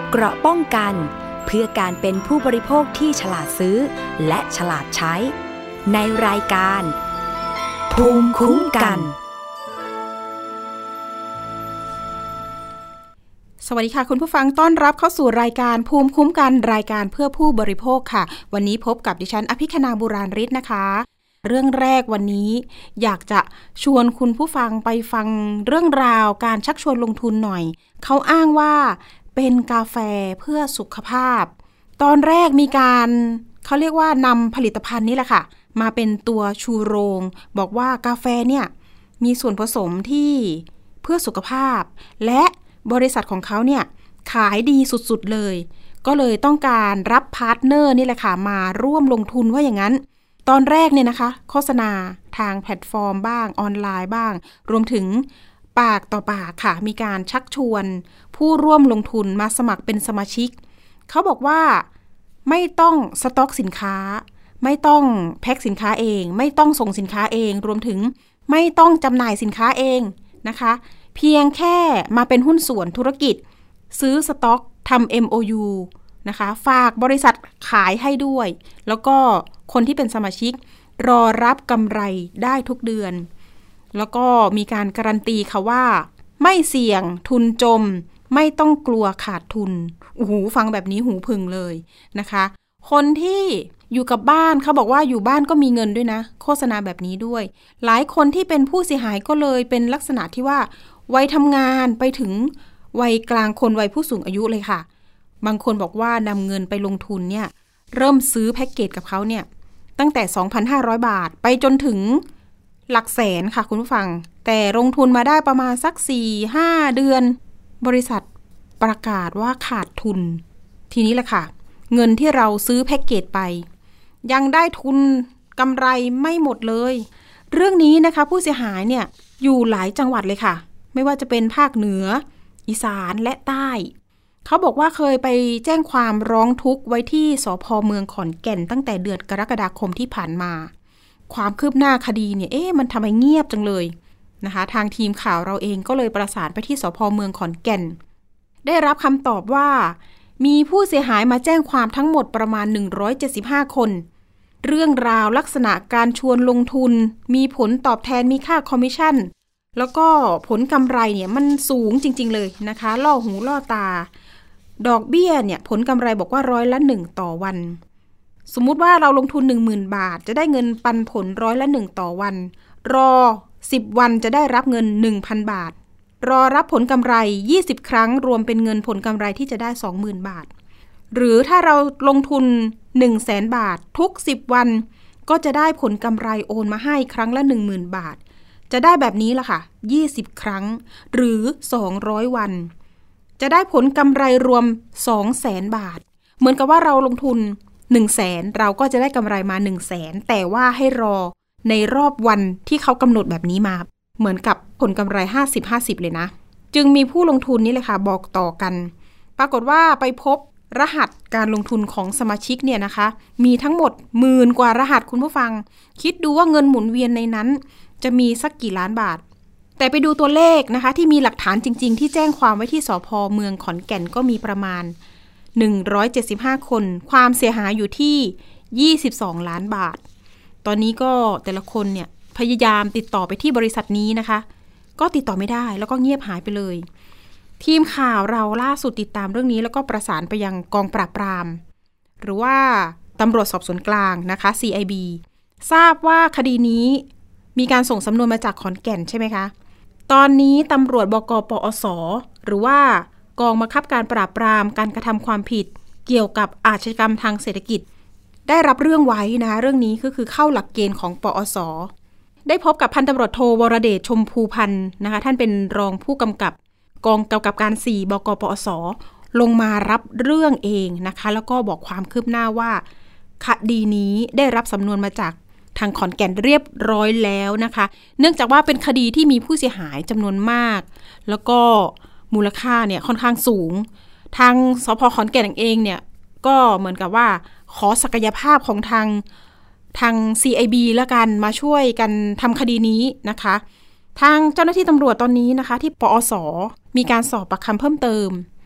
เกราะป้องกันเพื่อการเป็นผู้บริโภคที่ฉลาดซื้อและฉลาดใช้ในรายการภูมิคุ้มกันสวัสดีค่ะคุณผู้ฟังต้อนรับเข้าสู่รายการภูมิคุ้มกันรายการเพื่อผู้บริโภคค่ะวันนี้พบกับดิฉันอภิคณาบุราริศนะคะเรื่องแรกวันนี้อยากจะชวนคุณผู้ฟังไปฟังเรื่องราวการชักชวนลงทุนหน่อยเขาอ้างว่าเป็นกาแฟเพื่อสุขภาพตอนแรกมีการเขาเรียกว่านำผลิตภัณฑ์นี้แหละค่ะมาเป็นตัวชูโรงบอกว่ากาแฟเนี่ยมีส่วนผสมที่เพื่อสุขภาพและบริษัทของเขาเนี่ยขายดีสุดๆเลยก็เลยต้องการรับพาร์ทเนอร์นี่แหละค่ะมาร่วมลงทุนว่าอย่างนั้นตอนแรกเนี่ยนะคะโฆษณาทางแพลตฟอร์มบ้างออนไลน์บ้างรวมถึงปากต่อปากค่ะมีการชักชวนผู้ร่วมลงทุนมาสมัครเป็นสมาชิกเขาบอกว่าไม่ต้องสต็อกสินค้าไม่ต้องแพ็คสินค้าเองไม่ต้องส่งสินค้าเองรวมถึงไม่ต้องจำหน่ายสินค้าเองนะคะเพียงแค่มาเป็นหุ้นส่วนธุรกิจซื้อสต็อกทำ MOU นะคะฝากบริษัทขายให้ด้วยแล้วก็คนที่เป็นสมาชิกรอรับกำไรได้ทุกเดือนแล้วก็มีการการันตีค่ะว่าไม่เสี่ยงทุนจมไม่ต้องกลัวขาดทุนโอ้โหฟังแบบนี้หูผึ่งเลยนะคะคนที่อยู่กับบ้านเขาบอกว่าอยู่บ้านก็มีเงินด้วยนะโฆษณาแบบนี้ด้วยหลายคนที่เป็นผู้เสียหายก็เลยเป็นลักษณะที่ว่าวัยทำงานไปถึงวัยกลางคนวัยผู้สูงอายุเลยค่ะบางคนบอกว่านำเงินไปลงทุนเนี่ยเริ่มซื้อแพ็กเกจกับเขาเนี่ยตั้งแต่ 2,500 บาทไปจนถึงหลักแสนค่ะคุณผู้ฟังแต่ลงทุนมาได้ประมาณสัก 4-5 เดือนบริษัทประกาศว่าขาดทุนทีนี้แหละค่ะเงินที่เราซื้อแพ็กเกจไปยังได้ทุนกำไรไม่หมดเลยเรื่องนี้นะคะผู้เสียหายเนี่ยอยู่หลายจังหวัดเลยค่ะไม่ว่าจะเป็นภาคเหนืออีสานและใต้เขาบอกว่าเคยไปแจ้งความร้องทุกข์ไว้ที่สภ.เมืองขอนแก่นตั้งแต่เดือนกรกฎาคมที่ผ่านมาความคืบหน้าคดีเนี่ยมันทำไมเงียบจังเลยนะคะทางทีมข่าวเราเองก็เลยประสานไปที่สภ.เมืองขอนแก่นได้รับคำตอบว่ามีผู้เสียหายมาแจ้งความทั้งหมดประมาณ175คนเรื่องราวลักษณะการชวนลงทุนมีผลตอบแทนมีค่าคอมมิชชั่นแล้วก็ผลกำไรเนี่ยมันสูงจริงๆเลยนะคะล่อหูล่อตาดอกเบี้ยเนี่ยผลกำไรบอกว่า100% ต่อวันสมมุติว่าเราลงทุน 10,000 บาทจะได้เงินปันผล100% ต่อวันรอ10วันจะได้รับเงิน 1,000 บาทรอรับผลกำไร20ครั้งรวมเป็นเงินผลกำไรที่จะได้ 20,000 บาทหรือถ้าเราลงทุน 100,000 บาททุก10วันก็จะได้ผลกำไรโอนมาให้ครั้งละ 10,000 บาทจะได้แบบนี้ล่ะค่ะ20ครั้งหรือ200วันจะได้ผลกำไรรวม 200,000 บาทเหมือนกับว่าเราลงทุน 100,000 เราก็จะได้กำไรมา 100,000 แต่ว่าให้รอในรอบวันที่เขากำหนดแบบนี้มาเหมือนกับผลกำไร 50-50 เลยนะจึงมีผู้ลงทุนนี่เลยค่ะบอกต่อกันปรากฏว่าไปพบรหัสการลงทุนของสมาชิกเนี่ยนะคะมีทั้งหมด10,000 กว่ารหัสคุณผู้ฟังคิดดูว่าเงินหมุนเวียนในนั้นจะมีสักกี่ล้านบาทแต่ไปดูตัวเลขนะคะที่มีหลักฐานจริงๆที่แจ้งความไว้ที่สภ.เมืองขอนแก่นก็มีประมาณ175คนความเสียหายอยู่ที่22ล้านบาทตอนนี้ก็แต่ละคนเนี่ยพยายามติดต่อไปที่บริษัทนี้นะคะก็ติดต่อไม่ได้แล้วก็เงียบหายไปเลยทีมข่าวเราล่าสุดติดตามเรื่องนี้แล้วก็ประสานไปยังกองปราบปรามหรือว่าตำรวจสอบสวนกลางนะคะ CIB ทราบว่าคดีนี้มีการส่งสำนวนมาจากขอนแก่นใช่ไหมคะตอนนี้ตำรวจบก.ปอส.หรือว่ากองบังคับการปราบปรามการกระทำความผิดเกี่ยวกับอาชญากรรมทางเศรษฐกิจได้รับเรื่องไว้นะคะเรื่องนี้ก็คือเข้าหลักเกณฑ์ของปอส.ได้พบกับพันตำรวจโทวรเดชชมพูพันธ์นะคะท่านเป็นรองผู้กำกับกองกำกับการ4บก.ปอส.ลงมารับเรื่องเองนะคะแล้วก็บอกความคืบหน้าว่าคดีนี้ได้รับสำนวนมาจากทางขอนแก่นเรียบร้อยแล้วนะคะเนื่องจากว่าเป็นคดีที่มีผู้เสียหายจำนวนมากแล้วก็มูลค่าเนี่ยค่อนข้างสูงทางสภ.ขอนแก่นเองเนี่ยก็เหมือนกับว่าขอศักยภาพของทาง CIB ละกันมาช่วยกันทำคดีนี้นะคะทางเจ้าหน้าที่ตำรวจตอนนี้นะคะที่ปอส.มีการสอบปากคำเพิ่มเติม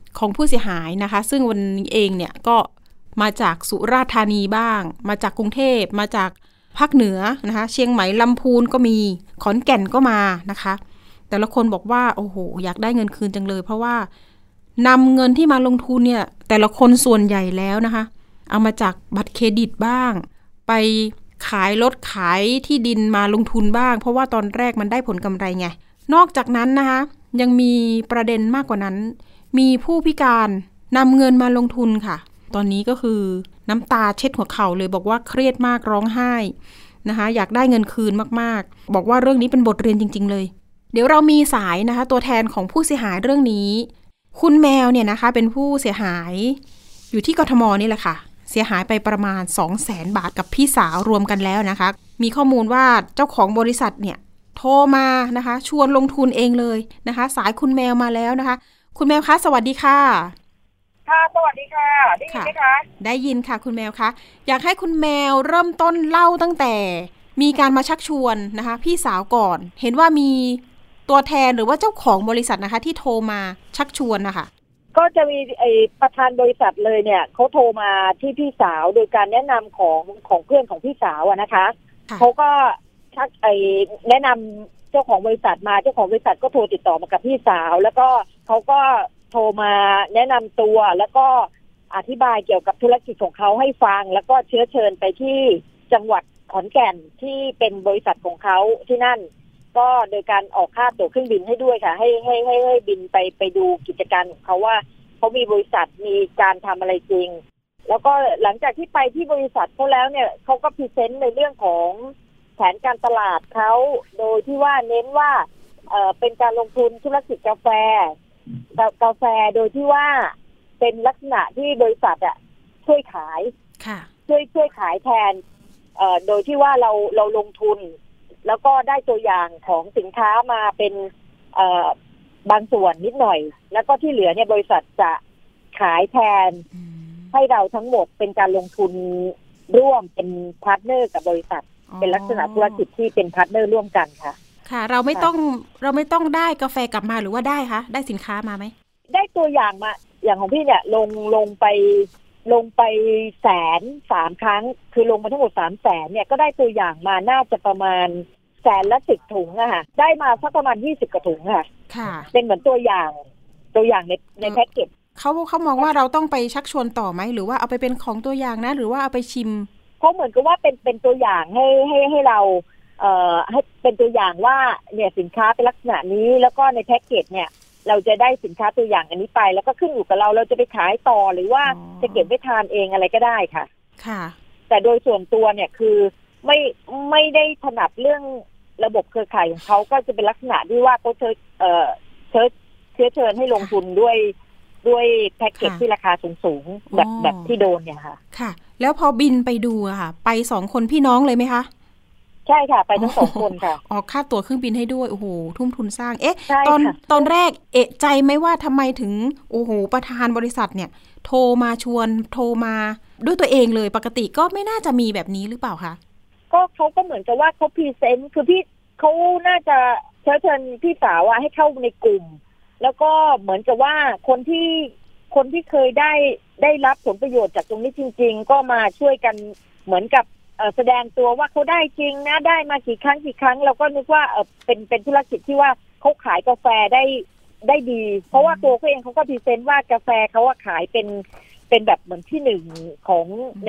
ของผู้เสียหายนะคะซึ่งวันนี้เองเนี่ยก็มาจากสุราษฎร์ธานีบ้างมาจากกรุงเทพมาจากภาคเหนือนะคะเชียงใหม่ลำพูนก็มีขอนแก่นก็มานะคะแต่ละคนบอกว่าโอ้โหอยากได้เงินคืนจังเลยเพราะว่านำเงินที่มาลงทุนเนี่ยแต่ละคนส่วนใหญ่แล้วนะคะเอามาจากบัตรเครดิตบ้างไปขายรถขายที่ดินมาลงทุนบ้างเพราะว่าตอนแรกมันได้ผลกำไรไงนอกจากนั้นนะคะยังมีประเด็นมากกว่านั้นมีผู้พิการนำเงินมาลงทุนค่ะตอนนี้ก็คือน้ำตาเช็ดหัวเข่าเลยบอกว่าเครียดมากร้องไห้นะคะอยากได้เงินคืนมากๆบอกว่าเรื่องนี้เป็นบทเรียนจริงๆเลยเดี๋ยวเรามีสายนะคะตัวแทนของผู้เสียหายเรื่องนี้คุณแมวเนี่ยนะคะเป็นผู้เสียหายอยู่ที่กทมนี่แหละค่ะเสียหายไปประมาณ 200,000 บาทกับพี่สาวรวมกันแล้วนะคะมีข้อมูลว่าเจ้าของบริษัทเนี่ยโทรมานะคะชวนลงทุนเองเลยนะคะสายคุณแมวมาแล้วนะคะคุณแมวคะสวัสดีค่ะค่ะสวัสดีค่ะได้ยินไหมคะได้ยินค่ะคุณแมวคะอยากให้คุณแมวเริ่มต้นเล่าตั้งแต่มีการมาชักชวนนะคะพี่สาวก่อนเห็นว่ามีตัวแทนหรือว่าเจ้าของบริษัทนะคะที่โทรมาชักชวนนะคะก็จะมีประธานบริษัทเลยเนี่ยเขาโทรมาที่พี่สาวโดยการแนะนำของเพื่อนของพี่สาวอะนะคะเขาก็ชักแนะนำเจ้าของบริษัทมาเจ้าของบริษัทก็โทรติดต่อมากับพี่สาวแล้วก็เขาก็โทรมาแนะนำตัวแล้วก็อธิบายเกี่ยวกับธุรกิจของเขาให้ฟังแล้วก็เชิญไปที่จังหวัดขอนแก่นที่เป็นบริษัทของเขาที่นั่นก็โดยการออกค่าตั๋วเครื่องบินให้ด้วยค่ะให้บินไปดูกิจการของเขาว่าเขามีบริษัทมีการทำอะไรจริงแล้วก็หลังจากที่ไปที่บริษัทเขาแล้วเนี่ยเขาก็พรีเซนต์ในเรื่องของแผนการตลาดเขาโดยที่ว่าเน้นว่าเป็นการลงทุนธุรกิจกาแฟโดยที่ว่าเป็นลักษณะที่บริษัทช่วยขายช่วยขายแทนโดยที่ว่าเราลงทุนแล้วก็ได้ตัวอย่างของสินค้ามาเป็นบางส่วนนิดหน่อยแล้วก็ที่เหลือเนี่ยบริษัทจะขายแทนให้เราทั้งหมดเป็นการลงทุนร่วมเป็นพาร์ทเนอร์กับบริษัทเป็นลักษณะธุรกิจที่เป็นพาร์ทเนอร์ร่วมกันค่ะค่ะเราไม่ต้องได้กาแฟกลับมาหรือว่าได้คะได้สินค้ามาไหมได้ตัวอย่างมาอย่างของพี่เนี่ยลงไป103,000 ครั้งคือลงมาทั้งหมด300,000เนี่ยก็ได้ตัวอย่างมาน่าจะประมาณ110 ถุงอะค่ะได้มาสักประมาณ20 กว่าถุงค่ะเป็นเหมือนตัวอย่างในแพ็กเกจเขามองว่าเราต้องไปชักชวนต่อไหมหรือว่าเอาไปเป็นของตัวอย่างนะหรือว่าเอาไปชิมเขาเหมือนกับว่าเป็นตัวอย่างให้เราให้เป็นตัวอย่างว่าเนี่ยสินค้าเป็นลักษณะนี้แล้วก็ในแพ็กเกจเนี่ยเราจะได้สินค้าตัวอย่างอันนี้ไปแล้วก็ขึ้นอยู่กับเราจะไปขายต่อหรือว่าจะเก็บไว้ทานเองอะไรก็ได้ค่ะค่ะแต่โดยส่วนตัวเนี่ยคือไม่ได้ถนัดเรื่องระบบเครือข่ายของเขาก็จะเป็นลักษณะที่ว่าเขาเชิญให้ลงทุนด้วยแพ็กเกจที่ราคาสูงแบบที่โดนเนี่ยค่ะค่ะแล้วพอบินไปดูอะค่ะไป2 คนพี่น้องเลยไหมคะใช่ค่ะไปทั้ง2 คนค่ะออกค่าตั๋วเครื่องบินให้ด้วยโอ้โหทุ่มทุนสร้างตอนแรกเอะใจไหมว่าทำไมถึงโอ้โหประธานบริษัทเนี่ยโทรมาด้วยตัวเองเลยปกติก็ไม่น่าจะมีแบบนี้หรือเปล่าคะก็เขาก็เหมือนกับว่าเขาพรีเซนต์คือพี่เขาน่าจะเชิญพี่สาวให้เข้าในกลุ่มแล้วก็เหมือนกับว่าคนที่เคยได้รับผลประโยชน์จากตรงนี้จริงๆก็มาช่วยกันเหมือนกับแสดงตัวว่าเขาได้จริงนะได้มากี่ครั้งเราก็นึกว่าเป็นธุรกิจที่ว่าเขาขายกาแฟได้ดีเพราะว่าตัวเขาเองเขาก็พรีเซนต์ว่ากาแฟเขาว่าขายเป็นแบบเหมือนที่หนึ่งของ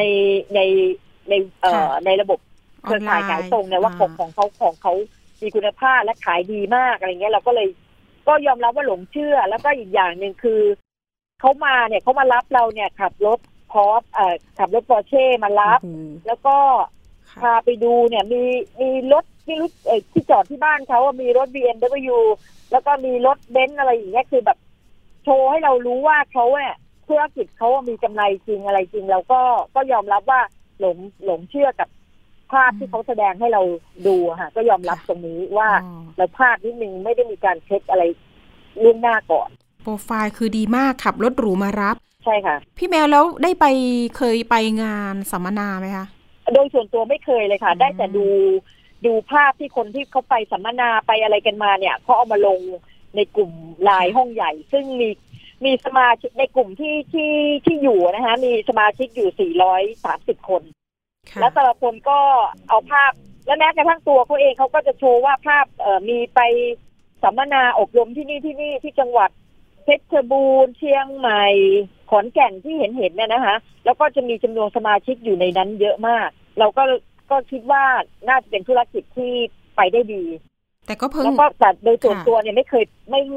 ในระบบเครือข่ายขายตรงเนี่ยว่าของเขามีคุณภาพและขายดีมากอะไรเงี้ยเราก็เลยก็ยอมรับว่าหลงเชื่อแล้วก็อีกอย่างหนึ่งคือเขามารับเราเนี่ยขับรถพอร์เช่มารับแล้วก็พาไปดูเนี่ยมีรถที่จอดที่บ้านเขาว่ามีรถ BMW แล้วก็มีรถเบนซ์อะไรอย่างเงี้ยคือแบบโชว์ให้เรารู้ว่าเขาเนี่ยธุรกิจเขามีกำไรจริงอะไรจริงเราก็ยอมรับว่าหลงเชื่อกับภาพที่เขาแสดงให้เราดูค่ะก็ยอมรับตรงนี้ว่าเราพลาดนิดนึงไม่ได้มีการเช็คอะไรล่วงหน้าก่อนโปรไฟล์คือดีมากขับรถหรูมารับใช่ค่ะพี่แมวแล้วเคยไปงานสัมมนาไหมคะโดยส่วนตัวไม่เคยเลยค่ะได้แต่ดูภาพที่คนที่เขาไปสัมมนาไปอะไรกันมาเนี่ยเขาเอามาลงในกลุ่มไลน์ห้องใหญ่ซึ่งมีสมาชิกในกลุ่มที่อยู่นะคะมีสมาชิกอยู่430คนแล้วแต่ละคนก็เอาภาพและแม้กระทั่งตัวเขาเองเขาก็จะโชว์ว่าภาพมีไปสัมมนาอบรมที่นี่ที่จังหวัดเพชรบูรณ์เชียงใหม่ขอนแก่นที่เห็นเนี่ยนะคะแล้วก็จะมีจำนวนสมาชิกอยู่ในนั้นเยอะมากเราก็คิดว่าน่าจะเป็นธุรกิจที่ไปได้ดีแต่ก็เพิ่งแล้วก็แต่โดยส่วนตัวเนี่ยไม่เคย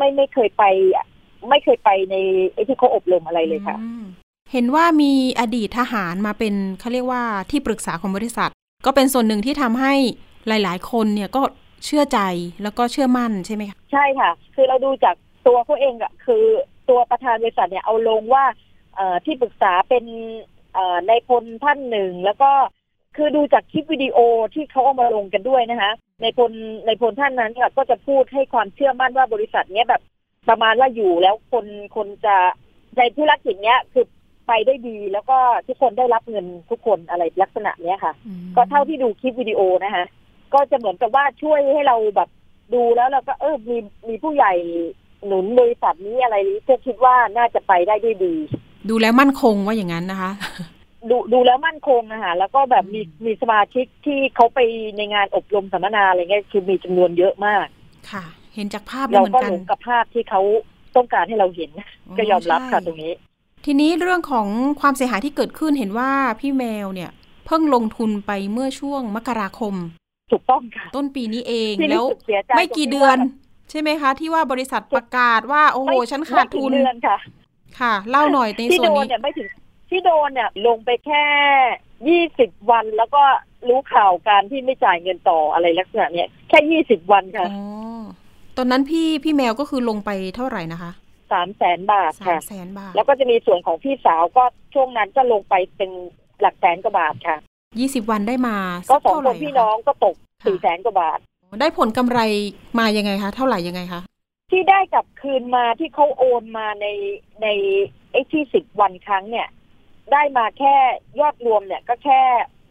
ไปในไอ้ที่เขาอบรมอะไรเลยค่ะเห็นว่ามีอดีตทหารมาเป็นเขาเรียกว่าที่ปรึกษาของบริษัทก็เป็นส่วนหนึ่งที่ทำให้หลายๆคนเนี่ยก็เชื่อใจแล้วก็เชื่อมั่นใช่ไหมคะใช่ค่ะคือเราดูจากตัวเขาเองอะคือตัวประธานบริษัทเนี่ยเอาลงว่าที่ปรึกษาเป็นนายพลท่านหนึ่งแล้วก็คือดูจากคลิปวิดีโอที่เขาเอามาลงกันด้วยนะคะนายพลท่านนั้นก็จะพูดให้ความเชื่อมั่นว่าบริษัทเนี้ยแบบประมาณว่าอยู่แล้วคนจะในธุรกิจเนี้ยคือไปได้ดีแล้วก็ทุกคนได้รับเงินทุกคนอะไรลักษณะเนี้ยค่ะก็เท่าที่ดูคลิปวิดีโอนะคะก็จะเหมือนกับว่าช่วยให้เราแบบดูแล้วเราก็มีผู้ใหญ่หนุนบริษัทนี้อะไรนี้ก็คิดว่าน่าจะไปได้ด้วยดีดูแล้วมั่นคงว่าอย่างนั้นนะคะดูแล้วมั่นคงนะคะแล้วก็แบบมีสมาชิกที่เขาไปในงานอบรมสัมมนาอะไรเงี้ยคือมีจำนวนเยอะมากค่ะเห็นจากภาพแล้วเหมือนกันเราก็หลงกับภาพที่เขาต้องการให้เราเห็นก็ยอมรับค่ะตรงนี้ทีนี้เรื่องของความเสียหายที่เกิดขึ้นเห็นว่าพี่แมวเนี่ยเพิ่งลงทุนไปเมื่อช่วงมกราคมถูกต้องค่ะต้นปีนี้เองแล้วไม่กี่เดือนใช่ไหมคะที่ว่าบริษัทประกาศว่าโอ้โหฉันขาดทุนค่ะเล่าหน่อยในส่วนนี้ไม่ถึงที่โดนเนี่ยลงไปแค่20วันแล้วก็รู้ข่าวการที่ไม่จ่ายเงินต่ออะไรลักษณะเนี้ยแค่20วันค่ะตอนนั้นพี่แมวก็คือลงไปเท่าไหร่นะคะ 300,000 บาทค่ะ 300,000 บาทแล้วก็จะมีส่วนของพี่สาวก็ช่วงนั้นก็ลงไปเป็นหลักแสนกว่าบาทค่ะ 20วันได้มาก็2คนพี่น้องก็ตก400,000 กว่าบาทได้ผลกำไรมายังไงคะเท่าไหร่ยังไงคะที่ได้กลับคืนมาที่เขาโอนมาในไอ้ที่10วันครั้งเนี่ยได้มาแค่ยอดรวมเนี่ยก็แค่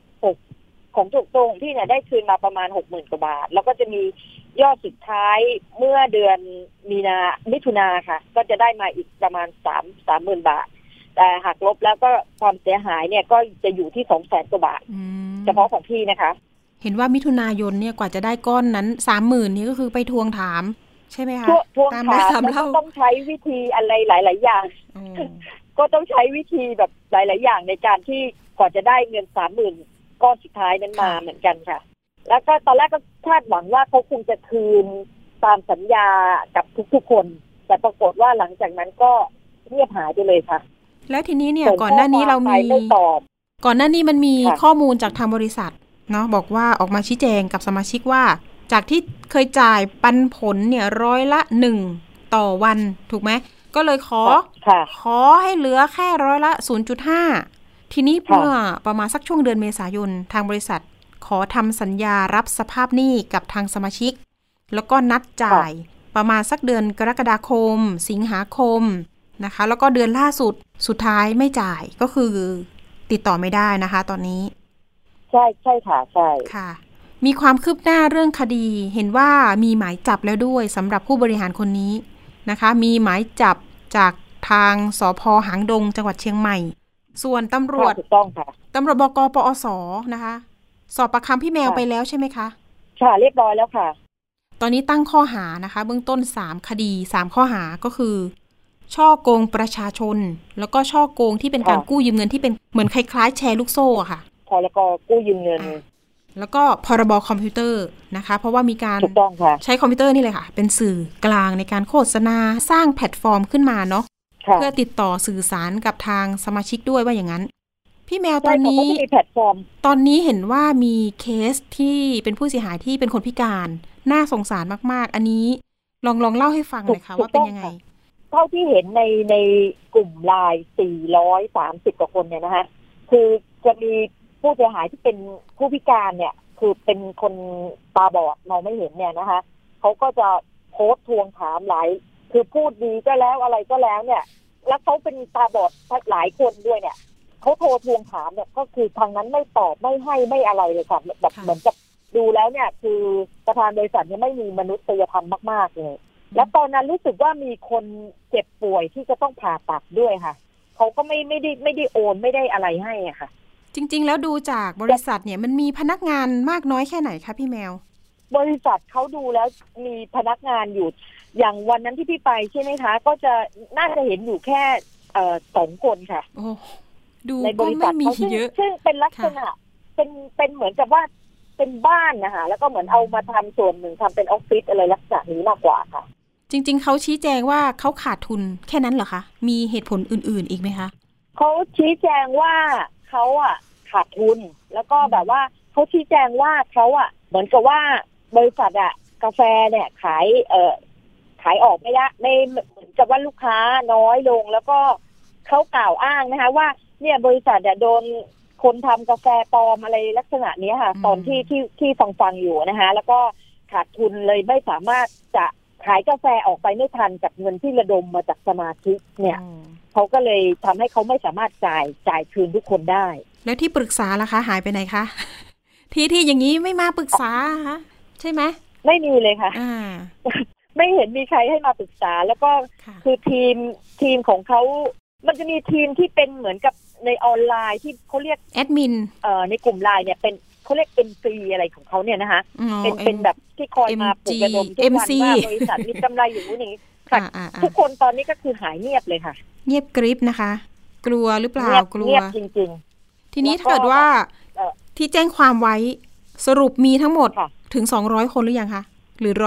6ของจุกโตของพี่เนี่ยได้คืนมาประมาณ 60,000 กว่าบาทแล้วก็จะมียอดสุดท้ายเมื่อเดือนมิถุนาค่ะก็จะได้มาอีกประมาณ30,000 บาทแต่หักลบแล้วก็ความเสียหายเนี่ยก็จะอยู่ที่200,000 กว่าบาทเฉพาะของพี่นะคะเห็นว่ามิถุนายนเนี่ยกว่าจะได้ก้อนนั้น 30,000 นี่ก็คือไปทวงถามใช่ไหมคะทวงถามแล้วต้องใช้วิธีอะไรหลายๆอย่างก็ต้องใช้วิธีแบบหลายๆอย่างในการที่กว่าจะได้เงิน 30,000 ก้อนสุดท้ายนั้นมาเหมือนกันค่ะแล้วก็ตอนแรกก็คาดหวังว่าเขาคงจะคืนตามสัญญากับทุกๆคนแต่ปรากฏว่าหลังจากนั้นก็เงียบหายไปเลยค่ะแล้วทีนี้เนี่ยก่อนหน้านี้เรามีก่อนหน้านี้มันมีข้อมูลจากทางบริษัทเนาะบอกว่าออกมาชี้แจงกับสมาชิกว่าจากที่เคยจ่ายปันผลเนี่ย100% ต่อวันถูกไหมก็เลยขอให้เหลือแค่0.5 ทีนี้เมื่อประมาณสักช่วงเดือนเมษายนทางบริษัทขอทำสัญญารับสภาพหนี้กับทางสมาชิกแล้วก็นัดจ่ายประมาณสักเดือนกรกฎาคมสิงหาคมนะคะแล้วก็เดือนล่าสุดท้ายไม่จ่ายก็คือติดต่อไม่ได้นะคะตอนนี้ใช่ค่ะใช่ค่ะมีความคืบหน้าเรื่องคดีเห็นว่ามีหมายจับแล้วด้วยสำหรับผู้บริหารคนนี้นะคะมีหมายจับจากทางสภ.หางดงจังหวัดเชียงใหม่ส่วนตำรวจถูกต้องค่ะตำรวจบก.ปอส.นะคะสอบปากคำพี่แมวไปแล้วใช่ไหมคะค่ะเรียบร้อยแล้วค่ะตอนนี้ตั้งข้อหานะคะเบื้องต้น3คดี3ข้อหาก็คือช่อโกงประชาชนแล้วก็ช่อโกงที่เป็นการกู้ยืมเงินที่เป็นเหมือนคล้ายๆแชร์ลูกโซ่อะค่ะพรบกู้ยืมเงินแล้วก็พรบคอมพิวเตอร์นะคะเพราะว่ามีการใช้คอมพิวเตอร์นี่เลยค่ะเป็นสื่อกลางในการโฆษณาสร้างแพลตฟอร์มขึ้นมาเนาะเพื่อติดต่อสื่อสารกับทางสมาชิกด้วยว่าอย่างนั้นพี่แมวตอนนี้ตอนนี้เห็นว่ามีเคสที่เป็นผู้เสียหายที่เป็นคนพิการน่าสงสารมากๆอันนี้ลองเล่าให้ฟังหน่อยค่ะว่าเป็นยังไงเท่าที่เห็นในกลุ่มไลน์430 กว่าคนเนี่ยนะคะคือจะมีผู้เสียหายที่เป็นผู้พิการเนี่ยคือเป็นคนตาบอดมองไม่เห็นเนี่ยนะคะเขาก็จะโพสต์ทวงถามหลายคือพูดดีก็แล้วอะไรก็แล้วเนี่ยแล้วเขาเป็นตาบอดหลายคนด้วยเนี่ยเขาโทรทวงถามเนี่ยก็คือทางนั้นไม่ตอบไม่ให้ไม่อะไรเลยค่ะแบบเหมือนกับดูแล้วเนี่ยคือประธานบริษัทเนี่ยไม่มีมนุษยธรรมมากๆเลยแล้วตอนนั้นรู้สึกว่ามีคนเจ็บป่วยที่จะต้องผ่าตัดด้วยค่ะเขาก็ไม่ได้โอนไม่ได้อะไรให้อ่ะค่ะจริงๆแล้วดูจากบริษัทเนี่ยมันมีพนักงานมากน้อยแค่ไหนคะพี่แมวบริษัทเขาดูแล้วมีพนักงานอยู่อย่างวันนั้นที่พี่ไปใช่ไหมคะก็จะน่าจะเห็นอยู่แค่2 คนค่ะดูในบริษัทเขาซึ่งเป็นลักษณะเป็นเหมือนกับว่าเป็นบ้านนะคะแล้วก็เหมือนเอามาทำส่วนหนึ่งทำเป็นออฟฟิศอะไรลักษณะนี้มากกว่าค่ะจริงๆเขาชี้แจงว่าเขาขาดทุนแค่นั้นเหรอคะมีเหตุผลอื่นๆอีกไหมคะเขาชี้แจงว่าเขาขาดทุนแล้วก็แบบว่าเขาชี้แจงว่าเขาเหมือนกับว่าบริษัทกาแฟเนี่ยขายออกไม่ได้ไม่เหมือนกับว่าลูกค้าน้อยลงแล้วก็เขากล่าวอ้างนะคะว่าเนี่ยบริษัทโดนคนทำกาแฟปลอมอะไรลักษณะนี้ค่ะตอนที่ฟังอยู่นะคะแล้วก็ขาดทุนเลยไม่สามารถจะขายกาแฟออกไปไม่ทันกับเงินที่ระดมมาจากสมาชิกเนี่ยเขาก็เลยทำให้เขาไม่สามารถจ่ายคืนทุกคนได้แล้วที่ปรึกษาล่ะคะหายไปไหนคะที่อย่างนี้ไม่มาปรึกษาคะใช่ไหมไม่มีเลยค่ะไม่เห็นมีใครให้มาปรึกษาแล้วก็คือทีมของเขามันจะมีทีมที่เป็นเหมือนกับในออนไลน์ที่เขาเรียกแอดมินในกลุ่มไลน์เนี่ยเป็นเขาเรียก MC อะไรของเขาเนี่ยนะคะเป็นแบบที่คอยมาปลุกระดมทุกวันว่าบริษัทมีกำไรอย่างนี้ทุกคนตอนนี้ก็คือหายเงียบเลยค่ะเงียบกริบนะคะกลัวหรือเปล่ากลัวเงียบจริงๆทีนี้ถ้าเกิดว่าที่แจ้งความไว้สรุปมีทั้งหมดถึง200 คนหรือยังคะหรือ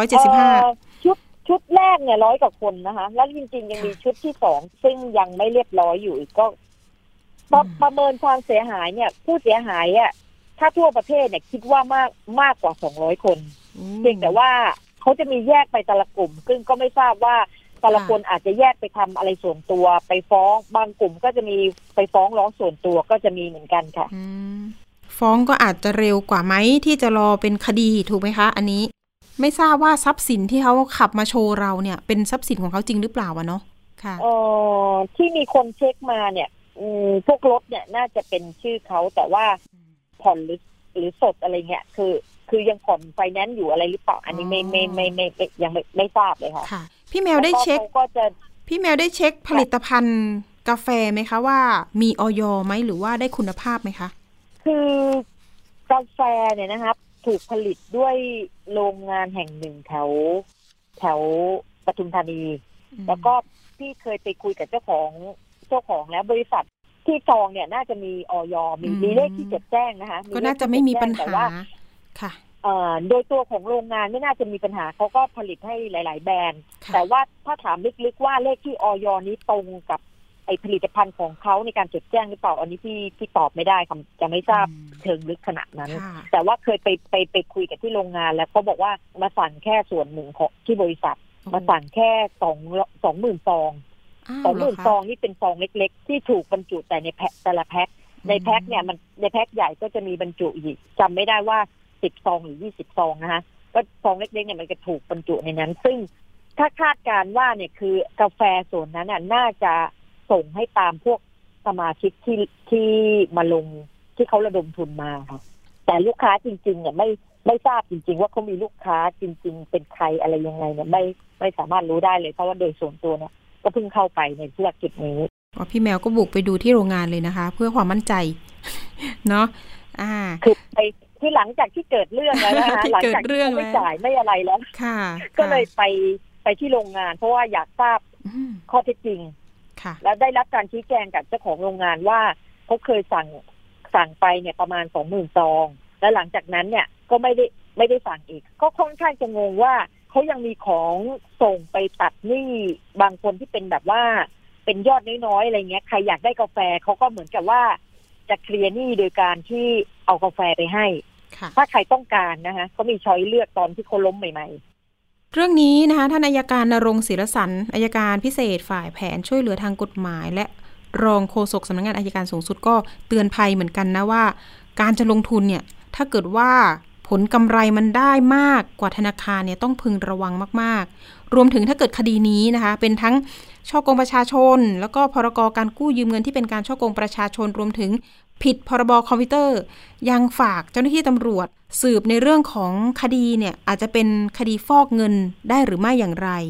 175 ชุดแรกเนี่ย100 กว่าคนนะคะแล้วจริงๆยังมีชุดที่2ซึ่งยังไม่เรียบร้อยอยู่ก็ประเมินความเสียหายเนี่ยผู้เสียหายถ้าทั่วประเทศเนี่ยคิดว่ามากกว่า200 คนเพียงแต่ว่าเขาจะมีแยกไปแต่ละกลุ่มซึ่งก็ไม่ทราบว่าแต่ละคนอาจจะแยกไปทำอะไรส่วนตัวไปฟ้องบางกลุ่มก็จะมีไปฟ้องร้องส่วนตัวก็จะมีเหมือนกันค่ะฟ้องก็อาจจะเร็วกว่าไหมที่จะรอเป็นคดีถูกไหมคะอันนี้ไม่ทราบว่าทรัพย์สินที่เขาขับมาโชว์เราเนี่ยเป็นทรัพย์สินของเขาจริงหรือเปล่าเนาะค่ะที่มีคนเช็คมาเนี่ยพวกรถเนี่ยน่าจะเป็นชื่อเขาแต่ว่าผ่อนหรือสดอะไรเงี้ยคือยังผ่อนไฟแนนซ์อยู่อะไรหรือเปล่าอันนี้ไม่ยังไม่ทราบเลยค่ะพี่แมวได้เช็คพี่แมวได้เช็คผลิตภัณฑ์กาแฟไหมคะว่ามีอย.ไหมหรือว่าได้คุณภาพไหมคะคือกาแฟเนี่ยนะครับถูกผลิตด้วยโรงงานแห่งหนึ่งแถวปทุมธานีแล้วก็พี่เคยไปคุยกับเจ้าของแล้วบริษัทที่จองเนี่ยน่าจะมีอย.มีเลขที่จดแจ้งนะคะก็น่าจะไม่มีปัญหาค่ะโดยตัวของโรงงานไม่น่าจะมีปัญหาเขาก็ผลิตให้หลายๆแบรนด์แต่ว่าถ้าถามลึกๆว่าเลขที่อย.นี้ตรงกับไอผลิตภัณฑ์ของเขาในการจดแจ้งหรือเปล่าอันนี้พี่ตอบไม่ได้ค่ะจะไม่ทราบเชิงลึกขนาดนั้นแต่ว่าเคยไปคุยกับที่โรงงานแล้วเขาบอกว่ามาสั่งแค่ส่วนหนึ่งของที่บริษัทมาสั่งแค่20,000 ซอง20,000 ซองนี่เป็นซองเล็กๆที่ถูกบรรจุแต่ในแพ็คแต่ละแพ็คในแพ็คเนี่ยมันในแพ็คใหญ่ก็จะมีบรรจุอีกจำไม่ได้ว่า10 ซองหรือ20 ซองนะคะก็ซองเล็กๆเนี่ยมันจะถูกบรรจุในนั้นซึ่งถ้าคาดการว่าเนี่ยคือกาแฟส่วนนั้นน่าจะส่งให้ตามพวกสมาชิกที่มาลงที่เขาระดมทุนมาค่ะแต่ลูกค้าจริงๆเนี่ยไม่ทราบจริงๆว่าเขามีลูกค้าจริงๆเป็นใครอะไรยังไงเนี่ยไม่สามารถรู้ได้เลยเพราะว่าโดยส่วนตัวเนี่ยก็เพิ่งเข้าไปในธุรกิจนี้พี่แมวก็บุกไปดูที่โรงงานเลยนะคะเพื่อความมั่นใจเนาะคือไปที่หลังจากที่เกิดเรื่องแล้วนะคะหลังจากที่ไม่จ่ายไม่อะไรแล้วก็เลยไปที่โรงงานเพราะว่าอยากทราบข้อเท็จจริงแล้วได้รับการชี้แจงจากเจ้าของโรงงานว่าเขาเคยสั่งไปเนี่ยประมาณ 20,000 ซองแล้วหลังจากนั้นเนี่ยก็ไม่ได้สั่งอีกก็ค่อนข้างจะงงว่าเขายังมีของส่งไปตัดหนี้บางคนที่เป็นแบบว่าเป็นยอดน้อยๆอะไรเงี้ยใครอยากได้กาแฟเขาก็เหมือนกับว่าจะเคลียร์หนี้โดยการที่เอากาแฟไปให้ถ้าใครต้องการนะคะก็มีช้อยเลือกตอนที่เขาล้มใหม่ๆเรื่องนี้นะคะท่านอัยการณรงค์ศิรสรรค์อัยการพิเศษฝ่ายแผนช่วยเหลือทางกฎหมายและรองโฆษกสำนักงานอัยการสูงสุดก็เตือนภัยเหมือนกันนะว่าการจะลงทุนเนี่ยถ้าเกิดว่าผลกำไรมันได้มากกว่าธนาคารเนี่ยต้องพึงระวังมากๆรวมถึงถ้าเกิดคดีนี้นะคะเป็นทั้งฉ้อโกงประชาชนแล้วก็พรก.การกู้ยืมเงินที่เป็นการฉ้อโกงประชาชนรวมถึงผิดพรบคอมพิวเตอร์ยังฝากเจ้าหน้าที่ตำรวจสืบในเรื่องของคดีเนี่ยอาจจะเป็นคดีฟอกเงินได้หรือไม่อย่างไร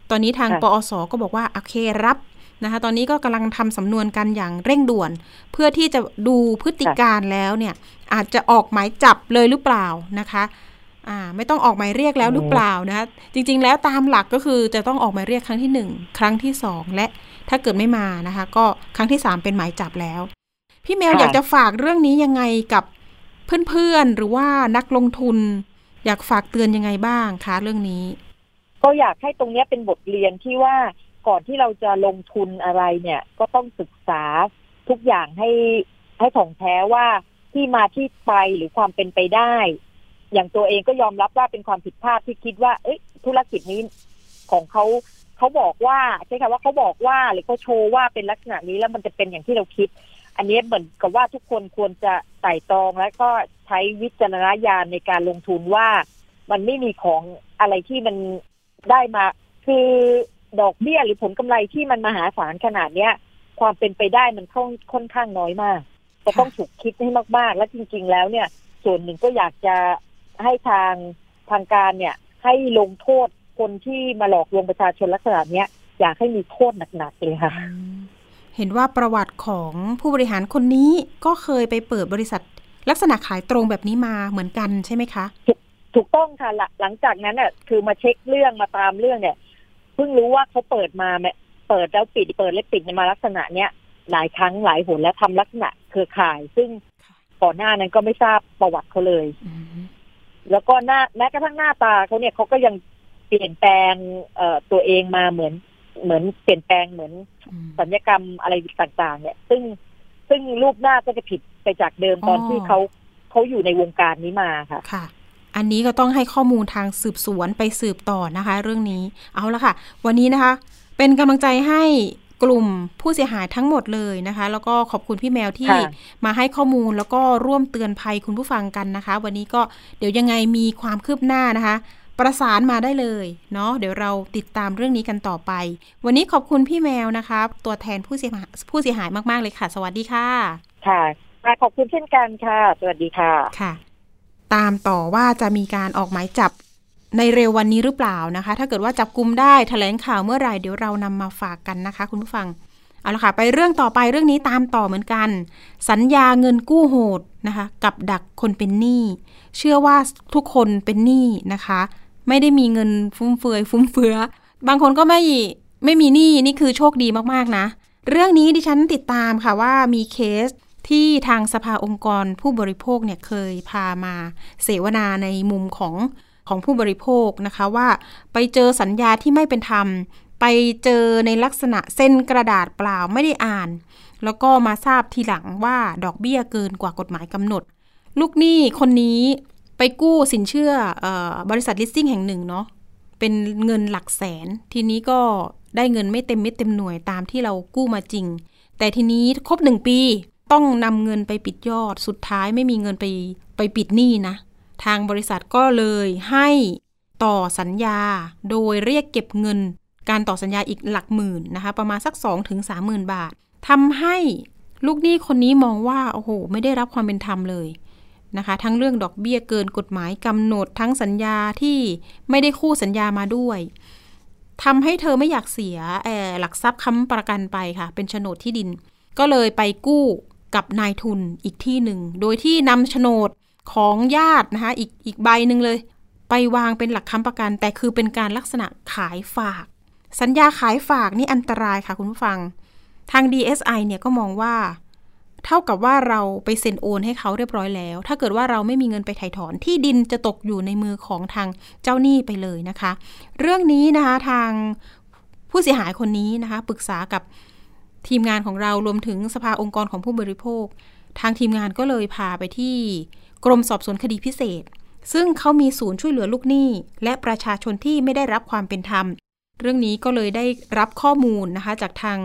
ตอนนี้ทางปอส.ก็บอกว่าโอเครับนะคะตอนนี้ก็กำลังทำสำนวนกันอย่างเร่งด่วนเพื่อที่จะดูพฤติการแล้วเนี่ยอาจจะออกหมายจับเลยหรือเปล่านะคะไม่ต้องออกหมายเรียกแล้วหรือเปล่านะคะจริงๆแล้วตามหลักก็คือจะต้องออกหมายเรียกครั้งที่1ครั้งที่2และถ้าเกิดไม่มานะคะก็ครั้งที่3เป็นหมายจับแล้วพี่แมวอยากจะฝากเรื่องนี้ยังไงกับเพื่อนๆหรือว่านักลงทุนอยากฝากเตือนยังไงบ้างคะเรื่องนี้ก็อยากให้ตรงนี้เป็นบทเรียนที่ว่าก่อนที่เราจะลงทุนอะไรเนี่ยก็ต้องศึกษาทุกอย่างให้ถ่องแท้ว่าที่มาที่ไปหรือความเป็นไปได้อย่างตัวเองก็ยอมรับว่าเป็นความผิดพลาดที่คิดว่าธุรกิจนี้ของเขาบอกว่าใช่ค่ะว่าเขาบอกว่าหรือเขาโชว์ว่าเป็นลักษณะนี้แล้วมันจะเป็นอย่างที่เราคิดอันนี้เหมือนกับว่าทุกคนควรจะไต่ตรองและก็ใช้วิจารณญาณในการลงทุนว่ามันไม่มีของอะไรที่มันได้มาคือดอกเบี้ยหรือผลกำไรที่มันมหาศาลขนาดเนี้ยความเป็นไปได้มันค่อนข้างน้อยมากจะต้องถูกคิดให้มากๆและจริงๆแล้วเนี่ยส่วนหนึ่งก็อยากจะให้ทางการเนี่ยให้ลงโทษคนที่มาหลอกลวงประชาชนลักษณะเนี้ยอยากให้มีโทษหนักๆเลยค่ะเห็นว่าประวัติของผู้บริหารคนนี้ก็เคยไปเปิดบริษัทลักษณะขายตรงแบบนี้มาเหมือนกันใช่ไหมคะถูกต้องค่ะหลังจากนั้นน่ะคือมาเช็คเรื่องมาตามเรื่องเนี่ยเพิ่งรู้ว่าเขาเปิดแล้วปิดเปิดแล้วปิดมาลักษณะเนี้ยหลายครั้งหลายหนแล้วทำลักษณะเครือข่ายซึ่งก่อนหน้านั้นก็ไม่ทราบประวัติเขาเลยแล้วก็แม้กระทั่งหน้าตาเขาเนี่ยเขาก็ยังเปลี่ยนแปลงตัวเองมาเหมือนเปลี่ยนแปลงเหมือนศัลยกรรมอะไรต่างๆเนี่ยซึ่งรูปหน้าก็จะผิดไปจากเดิมตอนที่เขาอยู่ในวงการนี้มาค่ะค่ะอันนี้ก็ต้องให้ข้อมูลทางสืบสวนไปสืบต่อนะคะเรื่องนี้เอาละค่ะวันนี้นะคะเป็นกำลังใจให้กลุ่มผู้เสียหายทั้งหมดเลยนะคะแล้วก็ขอบคุณพี่แมวที่มาให้ข้อมูลแล้วก็ร่วมเตือนภัยคุณผู้ฟังกันนะคะวันนี้ก็เดี๋ยวยังไงมีความคืบหน้านะคะประสานมาได้เลยเนาะเดี๋ยวเราติดตามเรื่องนี้กันต่อไปวันนี้ขอบคุณพี่แมวนะคะตัวแทนผู้เสียหายมากๆเลยค่ะสวัสดีค่ะค่ะขอบคุณเช่นกันค่ะสวัสดีค่ะค่ะตามต่อว่าจะมีการออกหมายจับในเร็ววันนี้หรือเปล่านะคะถ้าเกิดว่าจับกุมได้แถลงข่าวเมื่อไหร่เดี๋ยวเรานำมาฝากกันนะคะคุณผู้ฟังเอาละค่ะไปเรื่องต่อไปเรื่องนี้ตามต่อเหมือนกันสัญญาเงินกู้โหดนะคะกับดักคนเป็นหนี้เชื่อว่าทุกคนเป็นหนี้นะคะไม่ได้มีเงินฟุ่มเฟือยบางคนก็ไม่มีหนี้นี่คือโชคดีมากๆนะเรื่องนี้ดิฉันติดตามค่ะว่ามีเคสที่ทางสภาองค์กรผู้บริโภคเนี่ยเคยพามาเสวนาในมุมของผู้บริโภคนะคะว่าไปเจอสัญญาที่ไม่เป็นธรรมไปเจอในลักษณะเส้นกระดาษเปล่าไม่ได้อ่านแล้วก็มาทราบทีหลังว่าดอกเบี้ยเกินกว่ากฎหมายกำหนดลูกหนี้คนนี้ไปกู้สินเชื่อบริษัทลิสซิ่งแห่งหนึ่งเนาะเป็นเงินหลักแสนทีนี้ก็ได้เงินไม่เต็มเม็ดเต็มหน่วยตามที่เรากู้มาจริงแต่ทีนี้ครบ1 ปีต้องนำเงินไปปิดยอดสุดท้ายไม่มีเงินไปปิดหนี้นะทางบริษัทก็เลยให้ต่อสัญญาโดยเรียกเก็บเงินการต่อสัญญาอีกหลักหมื่นนะคะประมาณสัก 2-30,000 บาททำให้ลูกหนี้คนนี้มองว่าโอ้โหไม่ได้รับความเป็นธรรมเลยนะคะทั้งเรื่องดอกเบี้ยเกินกฎหมายกำหนดทั้งสัญญาที่ไม่ได้คู่สัญญามาด้วยทำให้เธอไม่อยากเสียหลักทรัพย์ค้ำประกันไปค่ะเป็นโฉนดที่ดินก็เลยไปกู้กับนายทุนอีกที่หนึ่งโดยที่นำโฉนดของญาตินะคะอีกใบหนึ่งเลยไปวางเป็นหลักค้ำประกันแต่คือเป็นการลักษณะขายฝากสัญญาขายฝากนี่อันตรายค่ะคุณผู้ฟังทาง DSI เนี่ยก็มองว่าเท่ากับว่าเราไปเซ็นโอนให้เขาเรียบร้อยแล้วถ้าเกิดว่าเราไม่มีเงินไปไถ่ถอนที่ดินจะตกอยู่ในมือของทางเจ้าหนี้ไปเลยนะคะเรื่องนี้นะคะทางผู้เสียหายคนนี้นะคะปรึกษากับทีมงานของเรารวมถึงสภาองค์กรของผู้บริโภคทางทีมงานก็เลยพาไปที่กรมสอบสวนคดีพิเศษซึ่งเขามีศูนย์ช่วยเหลือลูกหนี้และประชาชนที่ไม่ได้รับความเป็นธรรมเรื่องนี้ก็เลยได้รับข้อมูลนะคะจากทาง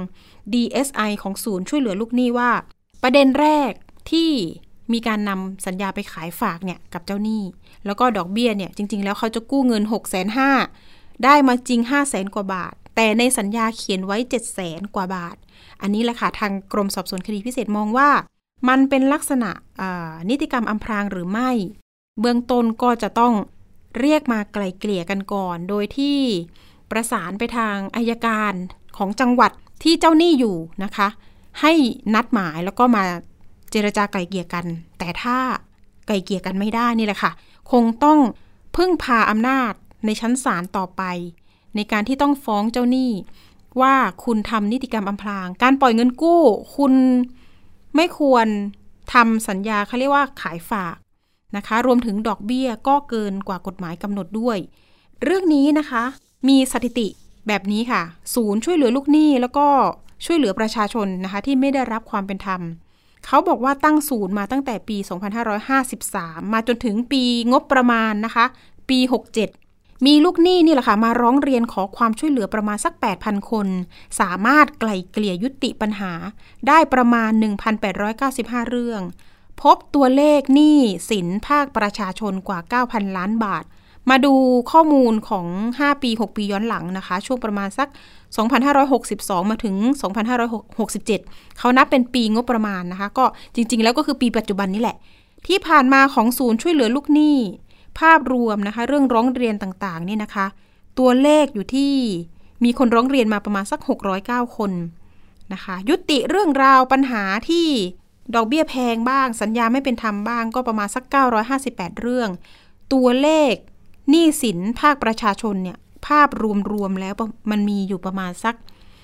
DSI ของศูนย์ช่วยเหลือลูกหนี้ว่าประเด็นแรกที่มีการนำสัญญาไปขายฝากเนี่ยกับเจ้าหนี้แล้วก็ดอกเบี้ยเนี่ยจริงๆแล้วเขาจะกู้เงิน 650,000 ได้มาจริง 500,000 กว่าบาทแต่ในสัญญาเขียนไว้ 700,000 กว่าบาทอันนี้แหละค่ะทางกรมสอบสวนคดีพิเศษมองว่ามันเป็นลักษณะนิติกรรมอำพรางหรือไม่เบื้องต้นก็จะต้องเรียกมาไกล่เกลี่ยกันก่อนโดยที่ประสานไปทางอัยการของจังหวัดที่เจ้าหนี้อยู่นะคะให้นัดหมายแล้วก็มาเจรจาไกล่เกลี่ยกันแต่ถ้าไกล่เกลี่ยกันไม่ได้นี่แหละค่ะคงต้องพึ่งพาอำนาจในชั้นศาลต่อไปในการที่ต้องฟ้องเจ้าหนี้ว่าคุณทำนิติกรรมอำพรางการปล่อยเงินกู้คุณไม่ควรทำสัญญาเขาเรียกว่าขายฝากนะคะรวมถึงดอกเบี้ยก็เกินกว่ากฎหมายกำหนดด้วยเรื่องนี้นะคะมีสถิติแบบนี้ค่ะศูนย์ช่วยเหลือลูกหนี้แล้วก็ช่วยเหลือประชาชนนะคะที่ไม่ได้รับความเป็นธรรมเขาบอกว่าตั้งศูนย์มาตั้งแต่ปี 2553 มาจนถึงปีงบประมาณนะคะปี 67 มีลูกหนี้นี่แหละค่ะมาร้องเรียนขอความช่วยเหลือประมาณสัก 8,000 คนสามารถไกล่เกลี่ยยุติปัญหาได้ประมาณ 1,895 เรื่องพบตัวเลขหนี้สินภาคประชาชนกว่า 9,000 ล้านบาทมาดูข้อมูลของ5ปี6ปีย้อนหลังนะคะช่วงประมาณสัก2562มาถึง2567เขานับเป็นปีงบประมาณนะคะก็จริงๆแล้วก็คือปีปัจจุบันนี่แหละที่ผ่านมาของศูนย์ช่วยเหลือลูกหนี้ภาพรวมนะคะเรื่องร้องเรียนต่างๆนี่นะคะตัวเลขอยู่ที่มีคนร้องเรียนมาประมาณสัก609คนนะคะยุติเรื่องราวปัญหาที่ดอกเบี้ยแพงบ้างสัญญาไม่เป็นธรรมบ้างก็ประมาณสัก958เรื่องตัวเลขหนี้สินภาคประชาชนเนี่ยภาพรวมๆแล้วมันมีอยู่ประมาณสัก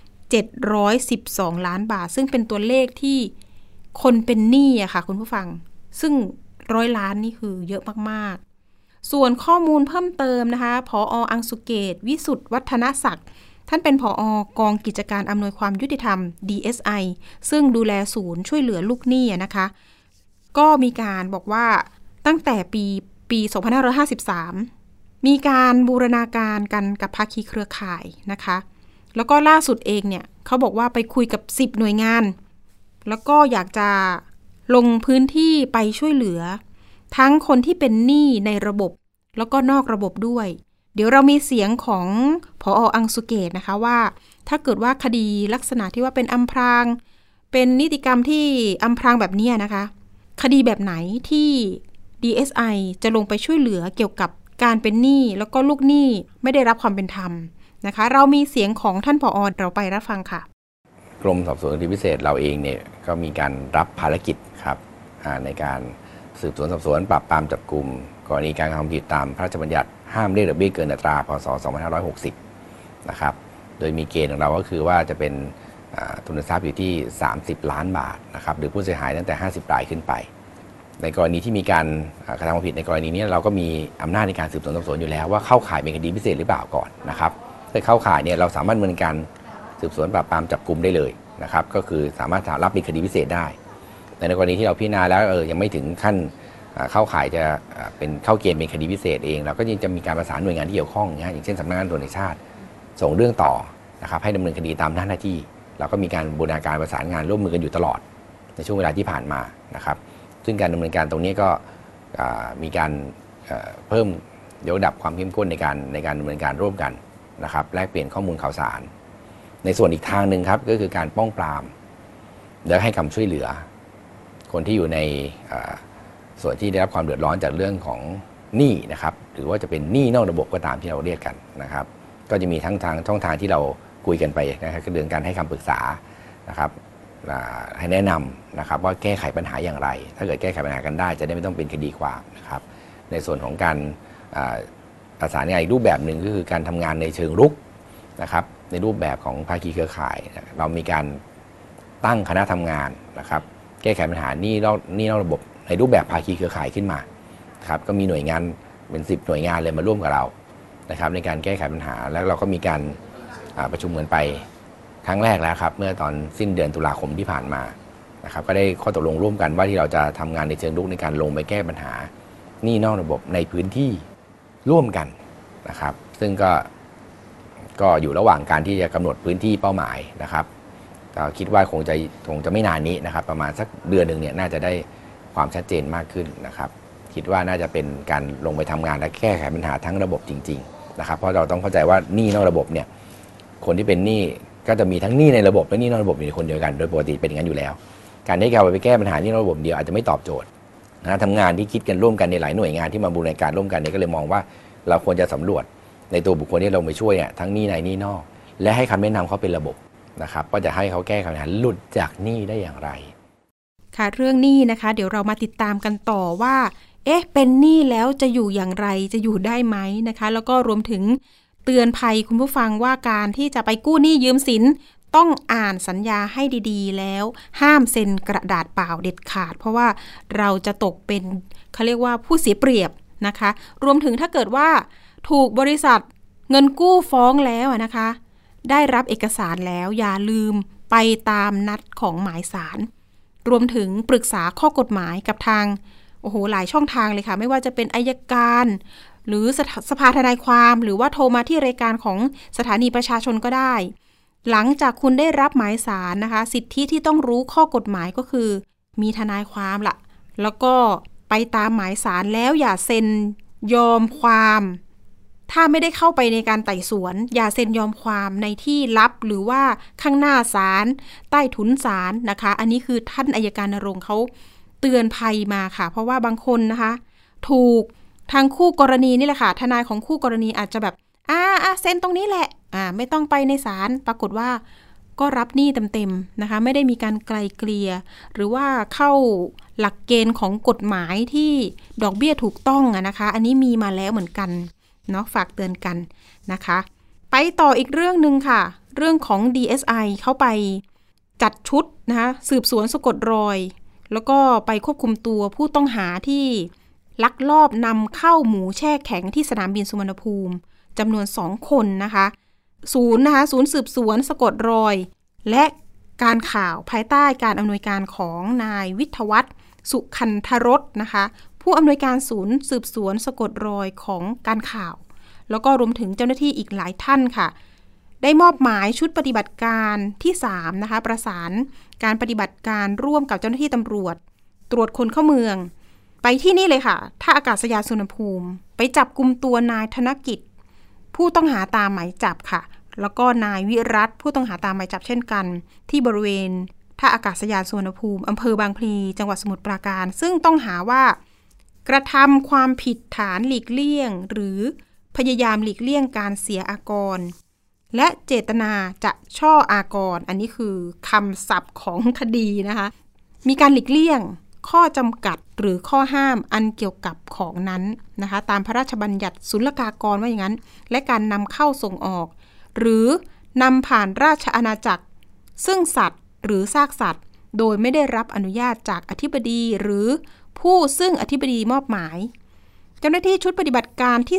712ล้านบาทซึ่งเป็นตัวเลขที่คนเป็นหนี้อะค่ะคุณผู้ฟังซึ่ง100 ล้านนี่คือเยอะมากๆส่วนข้อมูลเพิ่มเติมนะคะผอ.อังสุเกตวิสุทธิ์วัฒนศักดิ์ท่านเป็นผอ.กองกิจการอำนวยความยุติธรรม DSI ซึ่งดูแลศูนย์ช่วยเหลือลูกหนี้นะคะก็มีการบอกว่าตั้งแต่ปี2553มีการบูรณาการกันกับภาคีเครือข่ายนะคะแล้วก็ล่าสุดเองเนี่ยเขาบอกว่าไปคุยกับ10หน่วยงานแล้วก็อยากจะลงพื้นที่ไปช่วยเหลือทั้งคนที่เป็นหนี้ในระบบแล้วก็นอกระบบด้วยเดี๋ยวเรามีเสียงของผอ.อังสุเกตนะคะว่าถ้าเกิดว่าคดีลักษณะที่ว่าเป็นอำพรางเป็นนิติกรรมที่อำพรางแบบนี้นะคะคดีแบบไหนที่ DSI จะลงไปช่วยเหลือเกี่ยวกับการเป็นหนี้แล้วก็ลูกหนี้ไม่ได้รับความเป็นธรรมนะคะเรามีเสียงของท่านผอ.เราไปรับฟังค่ะกรมสอบสวนคดีพิเศษเราเองเนี่ยก็มีการรับภารกิจครับในการสืบสวนสอบสวนปราบปรามจับกุมกรณีการกระทำผิดตามพระราชบัญญัติห้ามเรียกดอกเบี้ยเกินอัตราพ.ศ. 2560นะครับโดยมีเกณฑ์ของเราก็คือว่าจะเป็นทุนทรัพย์อยู่ที่30ล้านบาทนะครับหรือผู้เสียหายตั้งแต่50รายขึ้นไปในกรณีที่มีการกระทำความผิดในกรณีนี้เราก็มีอำนาจในการสืบสวนสอบสวนอยู่แล้วว่าเข้าข่ายเป็นคดีพิเศษหรือเปล่าก่อนนะครับถ้าเข้าข่ายเนี่ยเราสามารถดำเนินการสืบสวนปราบปรามจับกุมได้เลยนะครับก็คือสามารถรับเป็นคดีพิเศษได้ในกรณีที่เราพิจารณาแล้วยังไม่ถึงขั้นเข้าข่ายจะเป็นเข้าเกณฑ์เป็นคดีพิเศษเองเราก็ยังจะมีการประสานหน่วยงานที่เกี่ยวข้องนะอย่างเช่นสำนักงานตำรวจแห่งชาติส่งเรื่องต่อนะครับให้ดำเนินคดีตามหน้าที่เราก็มีการบูรณาการประสานงานร่วมมือกันอยู่ตลอดในช่วงเวลาที่ผ่านมานะครับซึ่งการดำเนินการตรงนี้ก็มีการเพิ่มยกระดับความเข้มข้นในการดำเนินการร่วมกันนะครับแลกเปลี่ยนข้อมูลข่าวสารในส่วนอีกทางหนึ่งครับก็คือการป้องปรามและให้คำช่วยเหลือคนที่อยู่ในส่วนที่ได้รับความเดือดร้อนจากเรื่องของหนี้นะครับหรือว่าจะเป็นหนี้นอกระบบก็ตามที่เราเรียกกันนะครับก็จะมีทั้งทางช่องทางที่เราคุยกันไปนะครับก็เรื่องการให้คำปรึกษานะครับให้แนะนำนะครับว่าแก้ไขปัญหาอย่างไรถ้าเกิดแก้ไขปัญหากันได้จะได้ไม่ต้องเป็นคดีความนะครับในส่วนของการประสานงานอีกรูปแบบหนึ่งก็คือการทำงานในเชิงรุกนะครับในรูปแบบของภาคีเครือข่ายเรามีการตั้งคณะทำงานนะครับแก้ไขปัญหาหนี้นอกระบบในรูปแบบภาคีเครือข่ายขึ้นมาครับก็มีหน่วยงานเป็น10หน่วยงานเลยมาร่วมกับเรานะครับในการแก้ไขปัญหาแล้วเราก็มีการประชุมกันไปครั้งแรกแล้วครับเมื่อตอนสิ้นเดือนตุลาคมที่ผ่านมานะครับก็ได้ข้อตกลงร่วมกันว่าที่เราจะทำงานในเชิงรุกในการลงไปแก้ปัญหาหนี้นอกระบบในพื้นที่ร่วมกันนะครับซึ่งก็อยู่ระหว่างการที่จะกำหนดพื้นที่เป้าหมายนะครับคิดว่าคงจะไม่นานนี้นะครับประมาณสักเดือนหนึ่งเนี่ยน่าจะได้ความชัดเจนมากขึ้นนะครับคิดว่าน่าจะเป็นการลงไปทำงานและแก้ไขปัญหาทั้งระบบจริงๆนะครับเพราะเราต้องเข้าใจว่าหนี้นอกระบบเนี่ยคนที่เป็นหนี้ก็จะมีทั้งหนี้ในระบบและหนี้นอกระบบอยู่ในคนเดียวกันโดยปกติเป็นอย่างนั้นอยู่แล้วการที่เราไปแก้ปัญหาหนี้นอกระบบเดียวอาจจะไม่ตอบโจทย์นะทำงานที่คิดกันร่วมกันในหลายหน่วยงานที่มาบูรณาการร่วมกันเนี่ยก็เลยมองว่าเราควรจะสำรวจในตัวบุคคลที่ลงไปช่วยเนี่ยทั้งหนี้ในหนี้นอกและให้คำแนะนำเขาเป็นระบบนะครับก็จะให้เขาแก้ปัญหาหลุดจากหนี้ได้อย่างไรค่ะเรื่องหนี้นะคะเดี๋ยวเรามาติดตามกันต่อว่าเป็นหนี้แล้วจะอยู่อย่างไรจะอยู่ได้ไหมนะคะแล้วก็รวมถึงเตือนภัยคุณผู้ฟังว่าการที่จะไปกู้หนี้ยืมสินต้องอ่านสัญญาให้ดีๆแล้วห้ามเซ็นกระดาษเปล่าเด็ดขาดเพราะว่าเราจะตกเป็นเขาเรียกว่าผู้เสียเปรียบนะคะรวมถึงถ้าเกิดว่าถูกบริษัทเงินกู้ฟ้องแล้วนะคะได้รับเอกสารแล้วอย่าลืมไปตามนัดของหมายศาลรวมถึงปรึกษาข้อกฎหมายกับทางหลายช่องทางเลยค่ะไม่ว่าจะเป็นอัยการหรือสภาทนายความหรือว่าโทรมาที่รายการของสถานีประชาชนก็ได้หลังจากคุณได้รับหมายศาลนะคะสิทธิที่ต้องรู้ข้อกฎหมายก็คือมีทนายความล่ะแล้วก็ไปตามหมายศาลแล้วอย่าเซ็นยอมความถ้าไม่ได้เข้าไปในการไต่สวนอย่าเซ็นยอมความในที่ลับหรือว่าข้างหน้าศาลใต้ถุนศาลนะคะอันนี้คือท่านอัยการณรงค์เขาเตือนภัยมาค่ะเพราะว่าบางคนนะคะถูกทางคู่กรณีนี่แหละค่ะทนายของคู่กรณีอาจจะแบบเซ็นตรงนี้แหละไม่ต้องไปในศาลปรากฏว่าก็รับหนี้เต็มๆนะคะไม่ได้มีการไกลเกลี่ยหรือว่าเข้าหลักเกณฑ์ของกฎหมายที่ดอกเบี้ยถูกต้องนะคะอันนี้มีมาแล้วเหมือนกันเนาะฝากเตือนกันนะคะไปต่ออีกเรื่องนึงค่ะเรื่องของ DSI เข้าไปจัดชุดนะคะสืบสวนสะกดรอยแล้วก็ไปควบคุมตัวผู้ต้องหาที่ลักลอบนำเข้าหมูแช่แข็งที่สนามบินสุวรรณภูมิจำนวน2คนนะคะศูนย์สืบสวนสะกดรอยและการข่าวภายใต้การอำนวยการของนายวิทยวัฒน์สุคันธรสนะคะผู้อำนวยการศูนย์สืบสวนสะกดรอยของการข่าวแล้วก็รวมถึงเจ้าหน้าที่อีกหลายท่านค่ะได้มอบหมายชุดปฏิบัติการที่3นะคะประสานการปฏิบัติการร่วมกับเจ้าหน้าที่ตำรวจตรวจคนเข้าเมืองไปที่นี่เลยค่ะท่าอากาศยานสุวรรณภูมิไปจับกุมตัวนายธนกิจผู้ต้องหาตามหมายจับค่ะแล้วก็นายวิรัตผู้ต้องหาตามหมายจับเช่นกันที่บริเวณท่าอากาศยานสุวรรณภูมิอำเภอบางพลีจังหวัดสมุทรปราการซึ่งต้องหาว่ากระทำความผิดฐานหลีกเลี่ยงหรือพยายามหลีกเลี่ยงการเสียอากรและเจตนาจะช่ออากรอันนี้คือคำศัพท์ของคดีนะคะมีการหลีกเลี่ยงข้อจำกัดหรือข้อห้ามอันเกี่ยวกับของนั้นนะคะตามพระราชบัญญัติศุลกากรว่าอย่างนั้นและการนำเข้าส่งออกหรือนำผ่านราชอาณาจักรซึ่งสัตว์หรือซากสัตว์โดยไม่ได้รับอนุญาตจากอธิบดีหรือผู้ซึ่งอธิบดีมอบหมายเจ้าหน้าที่ชุดปฏิบัติการที่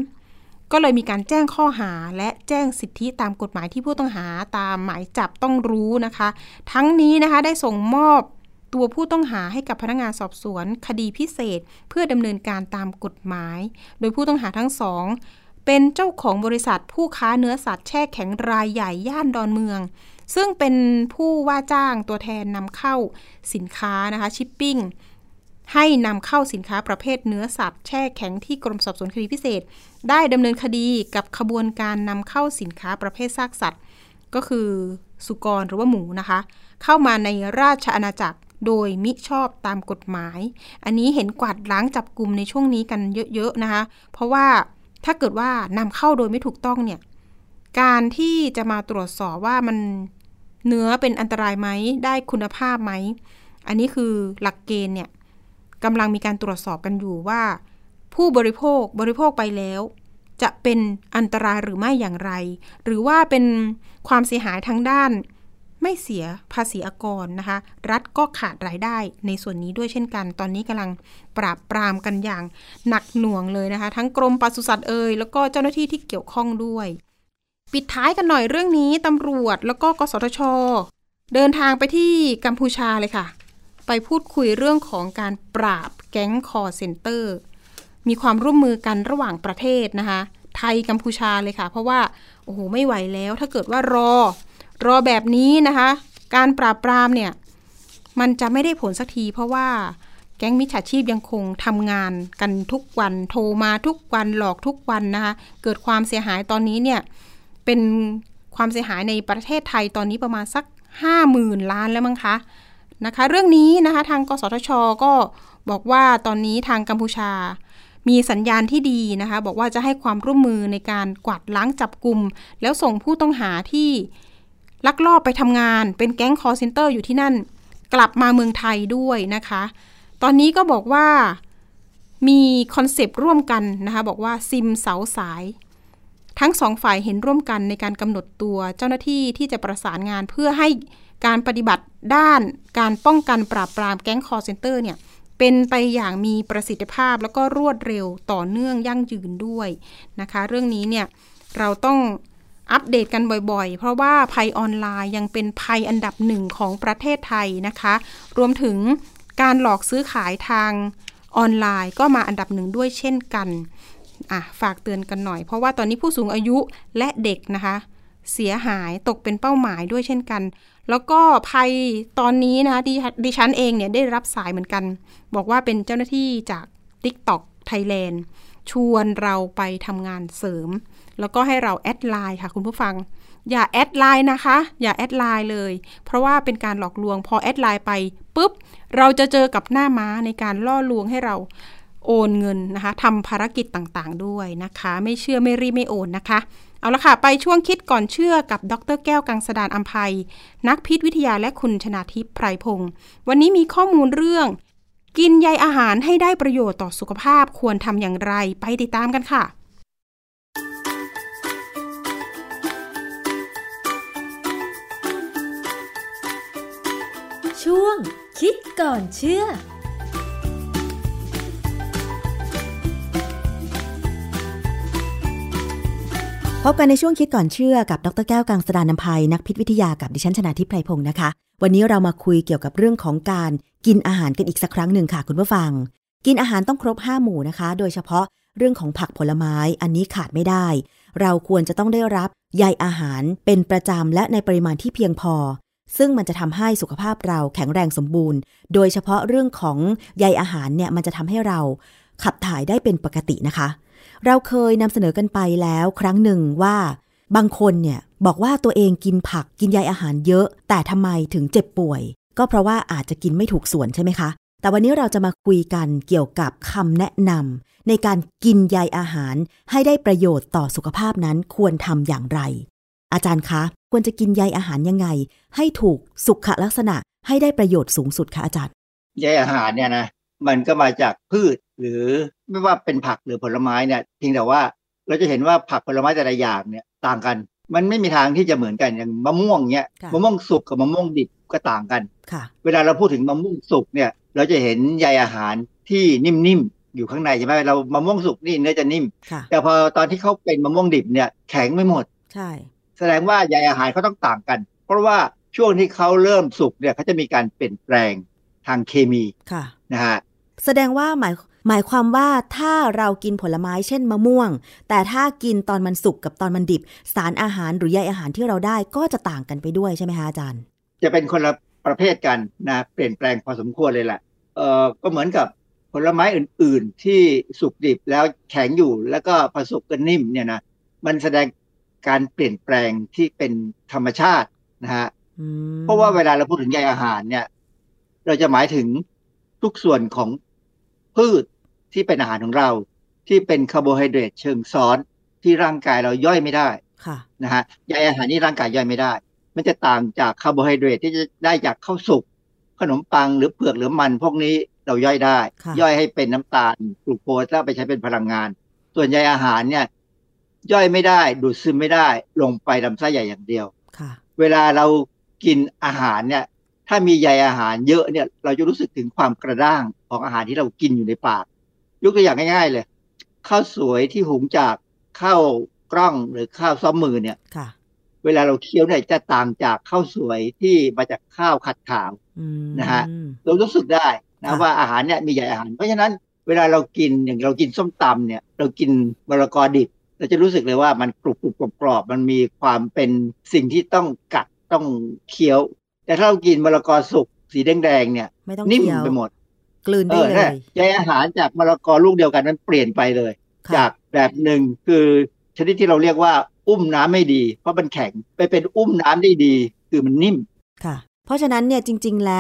3ก็เลยมีการแจ้งข้อหาและแจ้งสิทธิตามกฎหมายที่ผู้ต้องหาตามหมายจับต้องรู้นะคะทั้งนี้นะคะได้ส่งมอบตัวผู้ต้องหาให้กับพนักงานสอบสวนคดีพิเศษเพื่อดำเนินการตามกฎหมายโดยผู้ต้องหาทั้งสองเป็นเจ้าของบริษัทผู้ค้าเนื้อสัตว์แช่แข็งรายใหญ่ย่านดอนเมืองซึ่งเป็นผู้ว่าจ้างตัวแทนนำเข้าสินค้านะคะชิปปิ้งให้นำเข้าสินค้าประเภทเนื้อสัตว์แช่แข็งที่กรมสอบสวนคดีพิเศษได้ดำเนินคดีกับขบวนการนำเข้าสินค้าประเภทซากสัตว์ก็คือสุกรหรือว่าหมูนะคะเข้ามาในราชอาณาจักรโดยมิชอบตามกฎหมายอันนี้เห็นกวาดล้างจับกุมในช่วงนี้กันเยอะๆนะคะเพราะว่าถ้าเกิดว่านำเข้าโดยไม่ถูกต้องเนี่ยการที่จะมาตรวจสอบว่ามันเนื้อเป็นอันตรายไหมได้คุณภาพไหมอันนี้คือหลักเกณฑ์เนี่ยกำลังมีการตรวจสอบกันอยู่ว่าผู้บริโภคไปแล้วจะเป็นอันตรายหรือไม่อย่างไรหรือว่าเป็นความเสียหายทางด้านไม่เสียภาษีอากรนะคะรัฐก็ขาดรายได้ในส่วนนี้ด้วยเช่นกันตอนนี้กำลังปราบปรามกันอย่างหนักหน่วงเลยนะคะทั้งกรมปศุสัตว์แล้วก็เจ้าหน้าที่ที่เกี่ยวข้องด้วยปิดท้ายกันหน่อยเรื่องนี้ตำรวจแล้วก็กสทช.เดินทางไปที่กัมพูชาเลยค่ะไปพูดคุยเรื่องของการปราบแก๊งคอลเซ็นเตอร์มีความร่วมมือกันระหว่างประเทศนะคะไทยกัมพูชาเลยค่ะเพราะว่าไม่ไหวแล้วถ้าเกิดว่ารอแบบนี้นะคะการปราบปรามเนี่ยมันจะไม่ได้ผลสักทีเพราะว่าแก๊งมิจฉาชีพยังคงทำงานกันทุกวันโทรมาทุกวันหลอกทุกวันนะคะเกิดความเสียหายตอนนี้เนี่ยเป็นความเสียหายในประเทศไทยตอนนี้ประมาณสัก 50,000 ล้านแล้วมั้งคะนะคะเรื่องนี้นะคะทางกสทช.ก็บอกว่าตอนนี้ทางกัมพูชามีสัญญาณที่ดีนะคะบอกว่าจะให้ความร่วมมือในการกวาดล้างจับกุมแล้วส่งผู้ต้องหาที่ลักลอบไปทำงานเป็นแก๊งคอลเซ็นเตอร์อยู่ที่นั่นกลับมาเมืองไทยด้วยนะคะตอนนี้ก็บอกว่ามีคอนเซปต์ร่วมกันนะคะบอกว่าซิมเสาสายทั้งสองฝ่ายเห็นร่วมกันในการกำหนดตัวเจ้าหน้าที่ที่จะประสานงานเพื่อให้การปฏิบัติด้านการป้องกันปราบปรามแก๊งคอลเซ็นเตอร์เนี่ยเป็นไปอย่างมีประสิทธิภาพแล้วก็รวดเร็วต่อเนื่องยั่งยืนด้วยนะคะเรื่องนี้เนี่ยเราต้องอัปเดตกันบ่อยๆเพราะว่าภัยออนไลน์ยังเป็นภัยอันดับหนึ่งของประเทศไทยนะคะรวมถึงการหลอกซื้อขายทางออนไลน์ก็มาอันดับหนึ่งด้วยเช่นกันฝากเตือนกันหน่อยเพราะว่าตอนนี้ผู้สูงอายุและเด็กนะคะเสียหายตกเป็นเป้าหมายด้วยเช่นกันแล้วก็ภัยตอนนี้นะคะดิฉันเองเนี่ยได้รับสายเหมือนกันบอกว่าเป็นเจ้าหน้าที่จาก TikTok Thailand ชวนเราไปทำงานเสริมแล้วก็ให้เราแอดไลน์ค่ะคุณผู้ฟังอย่าแอดไลน์นะคะอย่าแอดไลน์เลยเพราะว่าเป็นการหลอกลวงพอแอดไลน์ไปปุ๊บเราจะเจอกับหน้าม้าในการล่อลวงให้เราโอนเงินนะคะทำภารกิจต่างๆด้วยนะคะไม่เชื่อไม่รีบไม่โอนนะคะเอาละค่ะไปช่วงคิดก่อนเชื่อกับดร.แก้วกังสดาลอำไพนักพิษวิทยาและคุณชนาทิพย์ไพรพงศ์วันนี้มีข้อมูลเรื่องกินใยอาหารให้ได้ประโยชน์ต่อสุขภาพควรทำอย่างไรไปติดตามกันค่ะช่วงคิดก่อนเชื่อพบกันในช่วงคิดก่อนเชื่อกับดร.แก้วกังสดาลอำไพนักพิษวิทยากับดิฉันชนาทิพย์ไพรพงศ์นะคะวันนี้เรามาคุยเกี่ยวกับเรื่องของการกินอาหารกันอีกสักครั้งหนึ่งค่ะคุณผู้ฟังกินอาหารต้องครบ5หมู่นะคะโดยเฉพาะเรื่องของผักผลไม้อันนี้ขาดไม่ได้เราควรจะต้องได้รับใยอาหารเป็นประจำและในปริมาณที่เพียงพอซึ่งมันจะทำให้สุขภาพเราแข็งแรงสมบูรณ์โดยเฉพาะเรื่องของใยอาหารเนี่ยมันจะทำให้เราขับถ่ายได้เป็นปกตินะคะเราเคยนำเสนอกันไปแล้วครั้งหนึ่งว่าบางคนเนี่ยบอกว่าตัวเองกินผักกินใยอาหารเยอะแต่ทำไมถึงเจ็บป่วยก็เพราะว่าอาจจะกินไม่ถูกส่วนใช่ไหมคะแต่วันนี้เราจะมาคุยกันเกี่ยวกับคำแนะนำในการกินใยอาหารให้ได้ประโยชน์ต่อสุขภาพนั้นควรทำอย่างไรอาจารย์คะควรจะกินใยอาหารยังไงให้ถูกสุขลักษณะให้ได้ประโยชน์สูงสุดคะอาจารย์ใยอาหารเนี่ยนะมันก็มาจากพืชหรือไม่ว่าเป็นผักหรือผลไม้เนี่ยเพียงแต่ว่าเราจะเห็นว่าผักผลไม้แต่ละอย่างเนี่ยต่างกันมันไม่มีทางที่จะเหมือนกันอย่างมะม่วงเนี่ยมะม่วงสุกกับมะม่วงดิบก็ต่างกันเวลาเราพูดถึงมะม่วงสุกเนี่ยเราจะเห็นใยอาหารที่นิ่มๆอยู่ข้างในใช่ไหมเรามะม่วงสุกนี่เนื้อจะนิ่มแต่พอตอนที่เขาเป็นมะม่วงดิบเนี่ยแข็งไม่หมดใช่แสดงว่าใยอาหารเขาต้องต่างกันเพราะว่าช่วงที่เขาเริ่มสุกเนี่ยเขาจะมีการเปลี่ยนแปลงทางเคมีนะฮะแสดงว่าหมายความว่าถ้าเรากินผลไม้เช่นมะม่วงแต่ถ้ากินตอนมันสุกกับตอนมันดิบสารอาหารหรือใยอาหารที่เราได้ก็จะต่างกันไปด้วยใช่ไหมคะอาจารย์จะเป็นคนละประเภทกันนะเปลี่ยนแปลงพอสมควรเลยแหละก็เหมือนกับผลไม้อื่นๆที่สุกดิบแล้วแข็งอยู่แล้วก็พอสุกก็นิ่มเนี่ยนะมันแสดงการเปลี่ยนแปลงที่เป็นธรรมชาตินะฮะเพราะว่าเวลาเราพูดถึงใยอาหารเนี่ยเราจะหมายถึงทุกส่วนของพืชที่เป็นอาหารของเราที่เป็นคาร์โบไฮเดรตเชิงซ้อนที่ร่างกายเราย่อยไม่ได้นะฮะใยอาหารนี่ร่างกายย่อยไม่ได้มันจะต่างจากคาร์โบไฮเดรตที่จะได้จากข้าวสุกขนมปังหรือเผือกหรือมันพวกนี้เราย่อยได้ย่อยให้เป็นน้ำตาลกลูโคสแล้วไปใช้เป็นพลังงานส่วนใยอาหารเนี่ยย่อยไม่ได้ดูดซึมไม่ได้ลงไปลำไส้ใหญ่อย่างเดียวเวลาเรากินอาหารเนี่ยถ้ามีใยอาหารเยอะเนี่ยเราจะรู้สึกถึงความกระด้างของอาหารที่เรากินอยู่ในปากยกตัวอย่างง่ายๆเลยข้าวสวยที่หุงจากข้าวกล้องหรือข้าวซ้อมมือเนี่ยเวลาเราเคี้ยวเนี่ยจะต่างจากข้าวสวยที่มาจากข้าวขัดขาวนะฮะเรารู้สึกได้นะว่าอาหารเนี่ยมีใยอาหารเพราะฉะนั้นเวลาเรากินอย่างเรากินส้มตำเนี่ยเรากินมะละกอดิบเราจะรู้สึกเลยว่ามันกรุบกรอบมันมีความเป็นสิ่งที่ต้องกัดต้องเคี้ยวแต่ถ้าเรากินมะละกอสุกสีแดงๆเนี่ยนิ่มไปหมดกลืนได้เลยใยอาหารจากมะละกอลูกเดียวกันนั้นเปลี่ยนไปเลยจากแบบหนึ่งคือชนิดที่เราเรียกว่าอุ้มน้ำไม่ดีเพราะมันแข็งไปเป็นอุ้มน้ำได้ดีคือมันนิ่มค่ะเพราะฉะนั้นเนี่ยจริงๆแล้ว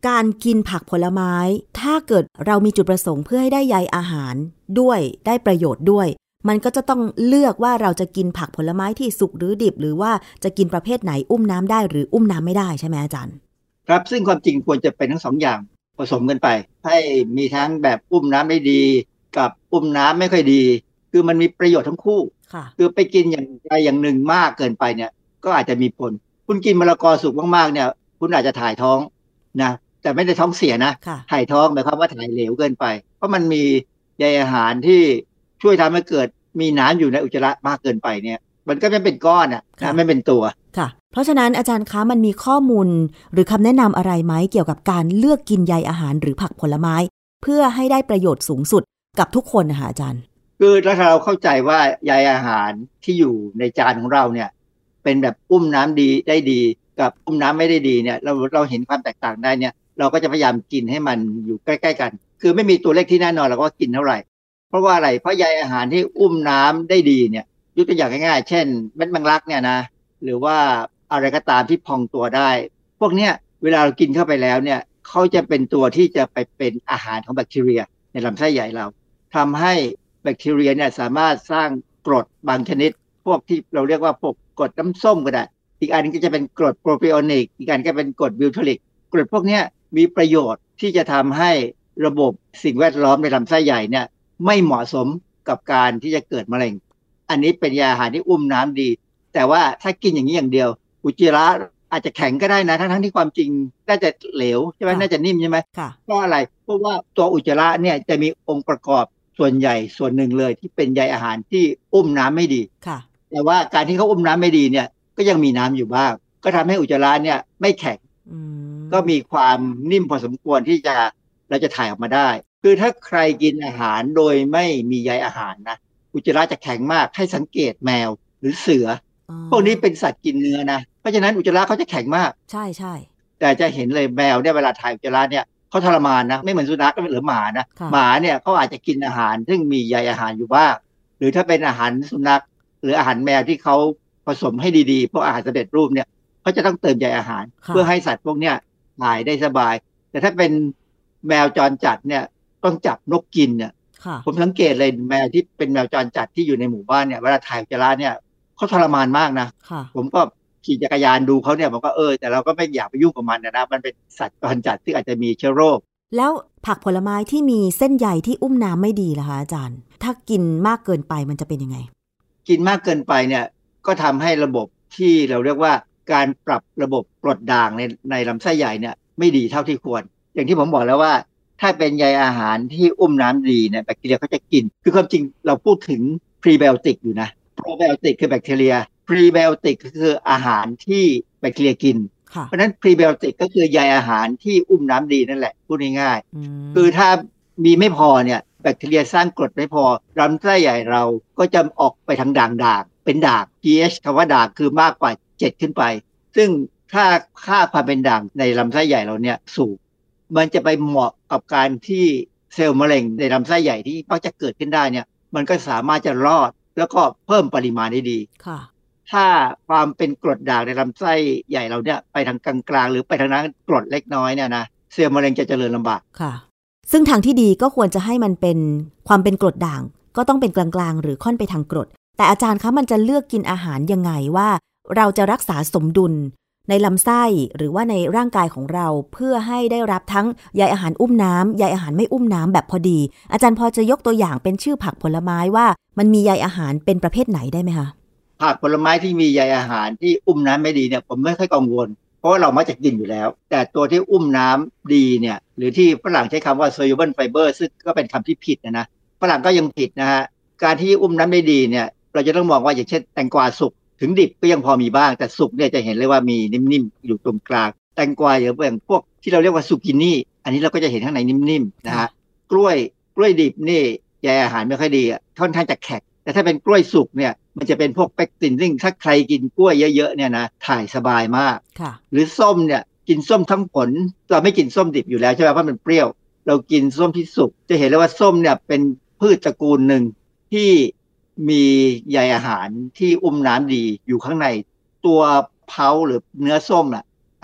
การกินผักผลไม้ถ้าเกิดเรามีจุดประสงค์เพื่อให้ได้ใยอาหารด้วยได้ประโยชน์ด้วยมันก็จะต้องเลือกว่าเราจะกินผักผลไม้ที่สุกหรือดิบหรือว่าจะกินประเภทไหนอุ้มน้ำได้หรืออุ้มน้ำไม่ได้ใช่ไหมอาจารย์ครับซึ่งความจริงควรจะเป็นทั้ง2 อย่างผสมกันไปให้มีทั้งแบบอุ้มน้ำได้ดีกับอุ้มน้ำไม่ค่อยดีคือมันมีประโยชน์ทั้งคู่คือไปกินอย่างใดอย่างหนึ่งมากเกินไปเนี่ยก็อาจจะมีผลคุณกินมะละกอสุกมากๆเนี่ยคุณอาจจะถ่ายท้องนะแต่ไม่ได้ท้องเสียนะถ่ายท้องหมายความว่าถ่ายเหลวเกินไปเพราะมันมีใยอาหารที่ช่วยทำให้เกิดมีน้ำอยู่ในอุจจาระมากเกินไปเนี่ยมันก็ไม่เป็นก้อนไม่เป็นตัวค่ะเพราะฉะนั้นอาจารย์คะมันมีข้อมูลหรือคำแนะนำอะไรไหมเกี่ยวกับการเลือกกินใยอาหารหรือผักผลไม้เพื่อให้ได้ประโยชน์สูงสุดกับทุกคนนะคะอาจารย์คือถ้าเราเข้าใจว่าใยอาหารที่อยู่ในจานของเราเนี่ยเป็นแบบอุ้มน้ำดีได้ดีกับอุ้มน้ำไม่ได้ดีเนี่ยเราเห็นความแตกต่างได้เนี่ยเราก็จะพยายามกินให้มันอยู่ใกล้ๆกันคือไม่มีตัวเลขที่แน่นอนเราก็กินเท่าไหร่เพราะว่าอะไรเพราะใยอาหารที่อุ้มน้ำได้ดีเนี่ยยกตัวอย่างง่ายๆเช่นเม็ดแมงลักเนี่ยนะหรือว่าอะไรก็ตามที่พองตัวได้พวกเนี้ยเวลาเรากินเข้าไปแล้วเนี่ยเขาจะเป็นตัวที่จะไปเป็นอาหารของแบคทีเรียในลำไส้ใหญ่เราทำให้แบคทีเรียเนี่ยสามารถสร้างกรดบางชนิดพวกที่เราเรียกว่าพวกกรดน้ำส้มก็ได้อีกอันก็จะเป็นกรดโปรไบโอนิกอีกอันก็เป็นกรดบิวทิลิกกรดพวกนี้มีประโยชน์ที่จะทำให้ระบบสิ่งแวดล้อมในลำไส้ใหญ่เนี่ยไม่เหมาะสมกับการที่จะเกิดมะเร็งอันนี้เป็นยาอาหารที่อุ้มน้ำดีแต่ว่าถ้ากินอย่างนี้อย่างเดียวอุจจาระอาจจะแข็งก็ได้นะทั้งที่ความจริงน่าจะเหลวใช่ไหมน่าจะนิ่มใช่ไหมเพราะอะไรเพราะว่าตัวอุจจาระเนี่ยจะมีองค์ประกอบส่วนใหญ่ส่วนหนึ่งเลยที่เป็นใยอาหารที่อุ้มน้ำไม่ดีแต่ว่าการที่เขาอุ้มน้ำไม่ดีเนี่ยก็ยังมีน้ำอยู่บ้างก็ทำให้อุจจาระเนี่ยไม่แข็งก็มีความนิ่มพอสมควรที่เราจะถ่ายออกมาได้คือถ้าใครกินอาหารโดยไม่มีใยอาหารนะอุจจาระจะแข็งมากให้สังเกตแมวหรือเสือพวกนี้เป็นสัตว์กินเนื้อนะเพราะฉะนั้นอุจจาระเขาจะแข็งมากใช่ใช่แต่จะเห็นเลยแมวเนี่ยเวลาถ่ายอุจจาระเนี่ยเขาทรมานนะไม่เหมือนสุนัขหรือหมานะหมาเนี่ยเขาอาจจะกินอาหารซึ่งมีใยอาหารอยู่บ้างหรือถ้าเป็นอาหารสุนัขหรืออาหารแมวที่เขาผสมให้ดีๆพวกอาหารสำเร็จรูปเนี่ยเขาจะต้องเติมใยอาหารเพื่อให้สัตว์พวกเนี้ยถ่ายได้สบายแต่ถ้าเป็นแมวจรจัดเนี่ยต้องจับนกกินเนี่ยผมสังเกตเลยแมวที่เป็นแมวจรจัดที่อยู่ในหมู่บ้านเนี่ยเวลาถ่ายอุจจาระเนี่ยเขาทรมานมากนะผมก็ขี่จักรยานดูเขาเนี่ยผมก็แต่เราก็ไม่อยากไปยุ่งกับมันนะมันเป็นสัตว์จรจัดที่อาจจะมีเชื้อโรคแล้วผักผลไม้ที่มีเส้นใยที่อุ้มน้ำไม่ดีล่ะคะอาจารย์ถ้ากินมากเกินไปมันจะเป็นยังไงกินมากเกินไปเนี่ยก็ทำให้ระบบที่เราเรียกว่าการปรับระบบกรดด่างในลำไส้ใหญ่เนี่ยไม่ดีเท่าที่ควรอย่างที่ผมบอกแล้วว่าถ้าเป็นใยอาหารที่อุ้มน้ำดีเนี่ยแบคทีเรียเขาจะกินคือความจริงเราพูดถึงพรีไบโอติกอยู่นะโปรไบโอติกคือแบคทีเรียพรีไบโอติกก็คืออาหารที่แบคทีเรียกินเพราะนั้นพรีไบโอติกก็คือใยอาหารที่อุ้มน้ำดีนั่นแหละพูดง่ายๆคือถ้ามีไม่พอเนี่ยแบคทีเรียสร้างกรดไม่พอลำไส้ใหญ่เราก็จะออกไปทางด่างเป็นด่าง pH คำว่าด่างคือมากกว่า7ขึ้นไปซึ่งถ้าค่าความเป็นด่างในลำไส้ใหญ่เราเนี่ยสูงมันจะไปเหมาะกับการที่เซลล์มะเร็งในลำไส้ใหญ่ที่มักจะเกิดขึ้นได้เนี่ยมันก็สามารถจะรอดแล้วก็เพิ่มปริมาณได้ดีถ้าความเป็นกรดด่างในลำไส้ใหญ่เราเนี่ยไปทางกลางๆหรือไปทางนั้นกรดเล็กน้อยเนี่ยนะเซลล์มะเร็งจะเจริญลำบากค่ะซึ่งทางที่ดีก็ควรจะให้มันเป็นความเป็นกรดด่างก็ต้องเป็นกลางๆหรือค่อนไปทางกรดแต่อาจารย์คะมันจะเลือกกินอาหารยังไงว่าเราจะรักษาสมดุลในลำไส้หรือว่าในร่างกายของเราเพื่อให้ได้รับทั้งใยอาหารอุ้มน้ำใยอาหารไม่อุ้มน้ำแบบพอดีอาจารย์พอจะยกตัวอย่างเป็นชื่อผักผลไม้ว่ามันมีใยอาหารเป็นประเภทไหนได้ไหมคะผักผลไม้ที่มีใยอาหารที่อุ้มน้ำไม่ดีเนี่ยผมไม่ค่อยกังวลเพราะว่าเรามักจะกินอยู่แล้วแต่ตัวที่อุ้มน้ำดีเนี่ยหรือที่ฝรั่งใช้คำว่า soluble fiber ซึ่งก็เป็นคำที่ผิดนะฝรั่งก็ยังผิดนะฮะการที่อุ้มน้ำได้ดีเนี่ยเราจะต้องมองว่าอย่างเช่นแตงกวาสุกถึงดิบก็ยังพอมีบ้างแต่สุกเนี่ยจะเห็นเลยว่ามีนิ่มๆอยู่ตรงกลางแตงกวาอย่างพวกที่เราเรียกว่าซูกินี่อันนี้เราก็จะเห็นข้างในนิ่มๆนะฮะกล้วยดิบนี่ใยอาหารไม่ค่อยดีค่อนข้างจะแข็งแต่ถ้าเป็นกล้วยสุกเนี่ยมันจะเป็นพวกเปกตินซึ่งถ้าใครกินกล้วยเยอะๆเนี่ยนะถ่ายสบายมากหรือส้มเนี่ยกินส้มทั้งผลเราไม่กินส้มดิบอยู่แล้วใช่ไหมเพราะมันเปรี้ยวเรากินส้มที่สุกจะเห็นเลยว่าส้มเนี่ยเป็นพืชตระกูลหนึ่งที่มีใยอาหารที่อุ้มน้ำดีอยู่ข้างในตัวเพาหรือเนื้อส้มอ่ะ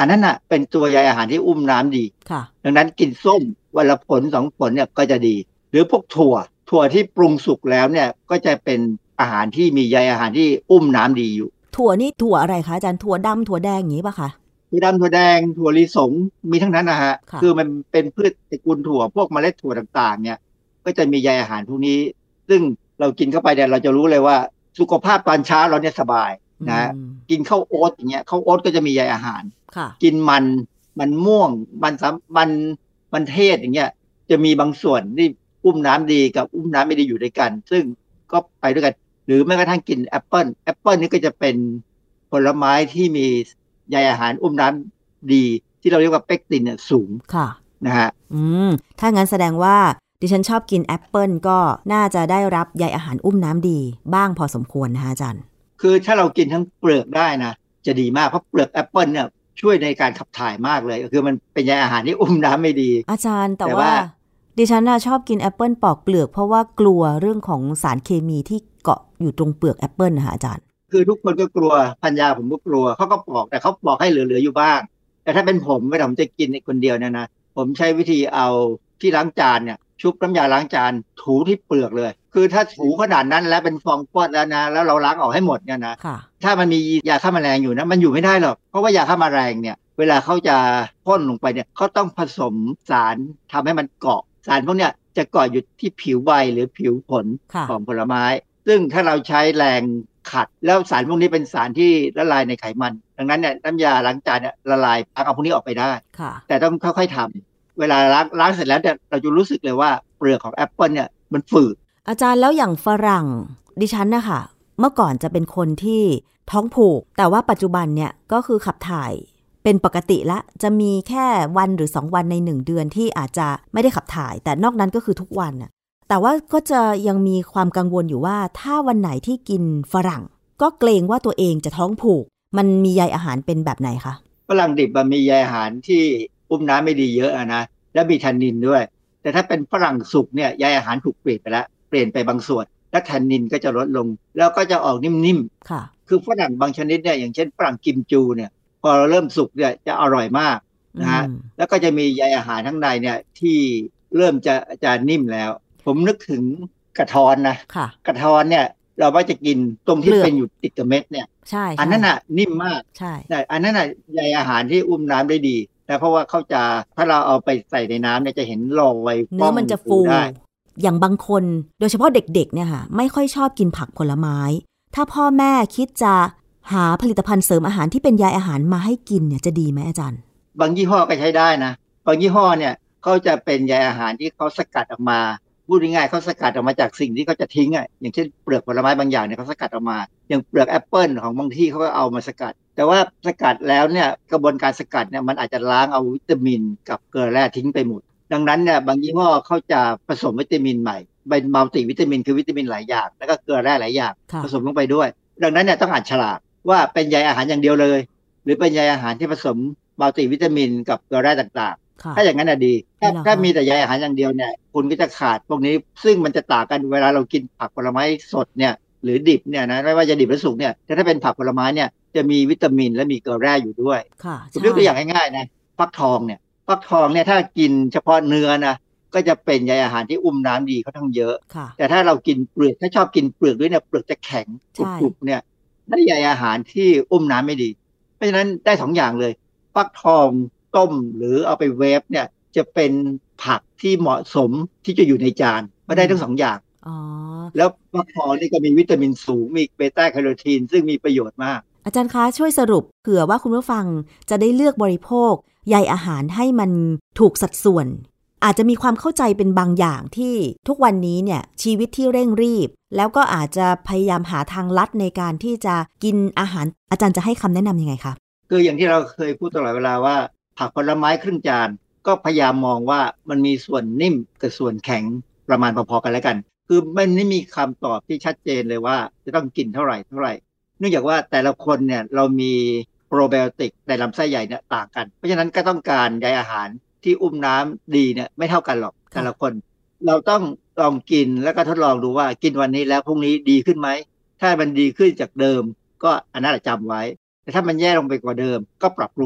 อันนั้นน่ะเป็นตัวใยอาหารที่อุ้มน้ำดีดังนั้นกินส้มวันละผล2 ผลเนี่ยก็จะดีหรือพวกถั่วที่ปรุงสุกแล้วเนี่ยก็จะเป็นอาหารที่มีใยอาหารที่อุ้มน้ำดีอยู่ถั่วนี่ถั่วอะไรคะอาจารย์ถั่วดำถั่วแดงอย่างนี้ป่ะคะถั่วดำถั่วแดงถั่วลิสงมีทั้งนั้นนะฮะคือมันเป็นพืชตระกูลถั่วพวกเมล็ดถั่วต่างๆเนี่ยก็จะมีใยอาหารพวกนี้ซึ่งเรากินเข้าไปเนี่ยเราจะรู้เลยว่าสุขภาพตอนเช้าเราเนี่ยสบายนะกินข้าวโอ๊ตอย่างเงี้ยข้าวโอ๊ตก็จะมีใยอาหารกินมันม่วงมันเทศอย่างเงี้ยจะมีบางส่วนที่อุ้มน้ำดีกับอุ้มน้ำไม่ดีอยู่ด้วยกันซึ่งก็ไปด้วยกันหรือแม้กระทั่งกินแอปเปิลนี่ก็จะเป็นผลไม้ที่มีใยอาหารอุ้มน้ำดีที่เราเรียกว่าเปกตินเนี่ยสูงนะฮะถ้างั้นแสดงว่าดิฉันชอบกินแอปเปิลก็น่าจะได้รับใยอาหารอุ้มน้ำดีบ้างพอสมควรนะคะอาจารย์คือถ้าเรากินทั้งเปลือกได้นะจะดีมากเพราะเปลือกแอปเปิลเนี่ยช่วยในการขับถ่ายมากเลยคือมันเป็นใยอาหารที่อุ้มน้ำไม่ดีอาจารย์แต่ว่าดิฉันชอบกินแอปเปิลปอกเปลือกเพราะว่ากลัวเรื่องของสารเคมีที่เกาะอยู่ตรงเปลือกแอปเปิลนะคะอาจารย์คือทุกคนก็กลัวพันยาผมก็กลัวเขาก็ปอกแต่เขาปอกให้เหลือๆอยู่บ้างแต่ถ้าเป็นผมไม่ผมจะกินคนเดียวเนี่ยนะผมใช้วิธีเอาที่ล้างจานเนี่ยชุบน้ำยาล้างจานถูที่เปลือกเลยคือถ้าถูขนาดนั้นแล้วเป็นฟองฟอดแล้วนะแล้วเราล้างออกให้หมดเนี่ยนะถ้ามันมียาฆ่าแมลงอยู่นะมันอยู่ไม่ได้หรอกเพราะว่ายาฆ่าแมลงเนี่ยเวลาเขาจะพ่นลงไปเนี่ยเขาต้องผสมสารทำให้มันเกาะสารพวกเนี้ยจะเกาะอยู่ที่ผิวใบหรือผิวผลของผลไม้ซึ่งถ้าเราใช้แรงขัดแล้วสารพวกนี้เป็นสารที่ละลายในไขมันดังนั้นเนี่ยน้ำยาล้างจานเนี่ยละลายเอาพวกนี้ออกไปได้แต่ต้องค่อยๆทำเวลาล้างเสร็จแล้วเนี่ยเราจะรู้สึกเลยว่าเปลือกของแอปเปิลเนี่ยมันฝืดอาจารย์แล้วอย่างฝรั่งดิฉันนะคะเมื่อก่อนจะเป็นคนที่ท้องผูกแต่ว่าปัจจุบันเนี่ยก็คือขับถ่ายเป็นปกติละจะมีแค่วันหรือ2 วันใน1 เดือนที่อาจจะไม่ได้ขับถ่ายแต่นอกนั้นก็คือทุกวันน่ะแต่ว่าก็จะยังมีความกังวลอยู่ว่าถ้าวันไหนที่กินฝรั่งก็เกรงว่าตัวเองจะท้องผูกมันมีใยอาหารเป็นแบบไหนคะฝรั่งดิบมันมีใยอาหารที่อุ้มน้ำไม่ดีเยอะนะและมีแทนนินด้วยแต่ถ้าเป็นฝรั่งสุกเนี่ยใยอาหารถูกเปลี่ยนไปแล้วเปลี่ยนไปบางส่วนและแทนนินก็จะลดลงแล้วก็จะออกนิ่มๆคือฝรั่งบางชนิดเนี่ยอย่างเช่นฝรั่งกิมจูเนี่ยพอเราเริ่มสุกเนี่ยจะอร่อยมากนะฮะแล้วก็จะมีใยอาหารข้างในเนี่ยที่เริ่มจะนิ่มแล้วผมนึกถึงกระท้อนนะกระท้อนเนี่ยเราว่าจะกินตรงที่เป็นอยู่ติดกับเม็ดเนี่ยอันนั้นน่ะนิ่มมากใช่อันนั้นน่ะใยอาหารที่อุ้มน้ำได้ดีแต่เพราะว่าเขาจะถ้าเราเอาไปใส่ในน้ำเนี่ยจะเห็นรอยเนื้อมันจะฟูได้อย่างบางคนโดยเฉพาะเด็กๆเนี่ยค่ะไม่ค่อยชอบกินผักผลไม้ถ้าพ่อแม่คิดจะหาผลิตภัณฑ์เสริมอาหารที่เป็นใยอาหารมาให้กินเนี่ยจะดีไหมอาจารย์บางยี่ห้อก็ใช้ได้นะบางยี่ห้อเนี่ยเขาจะเป็นใยอาหารที่เขาสกัดออกมาพูดง่ายๆเขาสกัดออกมาจากสิ่งที่เขาจะทิ้งอย่างเช่นเปลือกผลไม้บางอย่างเนี่ยเขาสกัดออกมาอย่างเปลือกแอปเปิลของบางที่เขาก็เอามาสกัดแต่ว่าสกัดแล้วเนี่ยกระบวนการสกัดเนี่ยมันอาจจะล้างเอาวิตามินกับเกลือแร่ทิ้งไปหมดดังนั้นเนี่ยบางยี่ห้อเขาจะผสมวิตามินใหม่เป็นมัลติวิตามินคือวิตามินหลายอย่างแล้วก็เกลือแร่หลายอย่างผสมลงไปด้วยดังนั้นเนี่ยต้องอ่านฉลากว่าเป็นใยอาหารอย่างเดียวเลยหรือเป็นใยอาหารที่ผสมมัลติวิตามินกับเกลือแร่ต่างๆถ้าอย่างนั้นดีถ้ามีแต่ใยอาหารอย่างเดียวเนี่ยคุณก็จะขาดพวกนี้ซึ่งมันจะต่างกันเวลาเรากินผักผลไม้สดเนี่ยหรือดิบเนี่ยนะไม่ว่าจะดิบหรือสุกเนี่ยถ้าเป็นผักผลไม้เนี่ยจะมีวิตามินและมีเกลือแร่อยู่ด้วยผมยกตัวอย่างง่ายๆนะฟักทองเนี่ยถ้ากินเฉพาะเนื้อนะก็จะเป็นใยอาหารที่อุ้มน้ำดีค่อนข้างเยอะแต่ถ้าเรากินเปลือกถ้าชอบกินเปลือกด้วยเนี่ยเปลือกจะแข็งกรุบๆเนี่ยได้ใยอาหารที่อุ้มน้ำไม่ดีเพราะฉะนั้นได้2 อย่างเลยฟักทองต้มหรือเอาไปเวฟเนี่ยจะเป็นผักที่เหมาะสมที่จะอยู่ในจานก็ได้ทั้ง2 อย่างแล้วฟักทองนี่ก็มีวิตามินสูงมีเบต้าแคโรทีนซึ่งมีประโยชน์มากอาจารย์คะช่วยสรุปเผื่อว่าคุณผู้ฟังจะได้เลือกบริโภคใยอาหารให้มันถูกสัดส่วนอาจจะมีความเข้าใจเป็นบางอย่างที่ทุกวันนี้เนี่ยชีวิตที่เร่งรีบแล้วก็อาจจะพยายามหาทางลัดในการที่จะกินอาหารอาจารย์จะให้คำแนะนำยังไงคะคืออย่างที่เราเคยพูดตลอดเวลาว่าผักผลไม้ครึ่งจานก็พยายามมองว่ามันมีส่วนนิ่มกับส่วนแข็งประมาณพอๆกันแล้วกันคือมันไม่มีคำตอบที่ชัดเจนเลยว่าจะต้องกินเท่าไหร่เนื่องจากว่าแต่ละคนเนี่ยเรามีโปรไบโอติกในลำไส้ใหญ่เนี่ยต่างกันเพราะฉะนั้นก็ต้องการใยอาหารที่อุ้มน้ำดีเนี่ยไม่เท่ากันหรอกแต่ละคนเราต้องลองกินแล้วก็ทดลองดูว่ากินวันนี้แล้วพรุ่งนี้ดีขึ้นไหมถ้ามันดีขึ้นจากเดิมก็อันนั้นจำไว้แต่ถ้ามันแย่ลงไปกว่าเดิมก็ปรับปรุงใหม่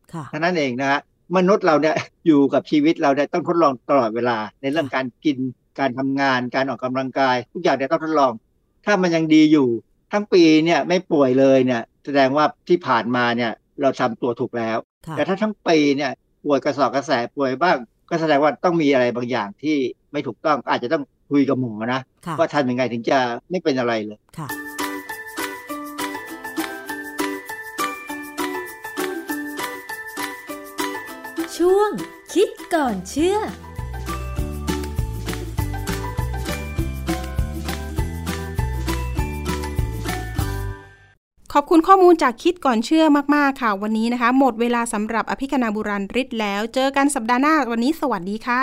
เท่านั้นเองนะฮะมนุษย์เราเนี่ยอยู่กับชีวิตเราเนี่ยต้องทดลองตลอดเวลาในเรื่องการกินการทำงานการออกกำลังกายทุกอย่างเนี่ยต้องทดลองถ้ามันยังดีอยู่ทั้งปีเนี่ยไม่ป่วยเลยเนี่ยแสดงว่าที่ผ่านมาเนี่ยเราทำตัวถูกแล้วแต่ถ้าทั้งปีเนี่ยป่วยกระสอบกระแสป่วยบ้างก็แสดงว่าต้องมีอะไรบางอย่างที่ไม่ถูกต้องอาจจะต้องคุยกับหมอนะว่าทำยังไงถึงจะไม่เป็นอะไรเลยช่วงคิดก่อนเชื่อขอบคุณข้อมูลจากคิดก่อนเชื่อมากๆค่ะวันนี้นะคะหมดเวลาสำหรับอภิคณาบุราริศแล้วเจอกันสัปดาห์หน้าวันนี้สวัสดีค่ะ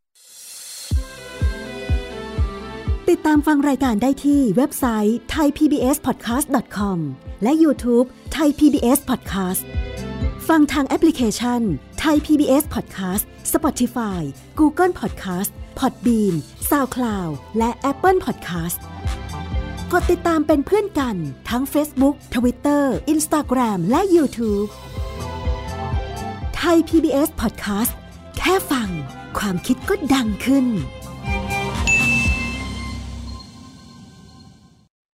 ติดตามฟังรายการได้ที่เว็บไซต์ thaipbspodcast.com และ YouTube Thai PBS Podcast ฟังทางแอปพลิเคชัน Thai PBS Podcast Spotify Google Podcast Podbean SoundCloud และ Apple Podcastกดติดตามเป็นเพื่อนกันทั้ง Facebook Twitter Instagram และ YouTube Thai PBS Podcast แค่ฟังความคิดก็ดังขึ้น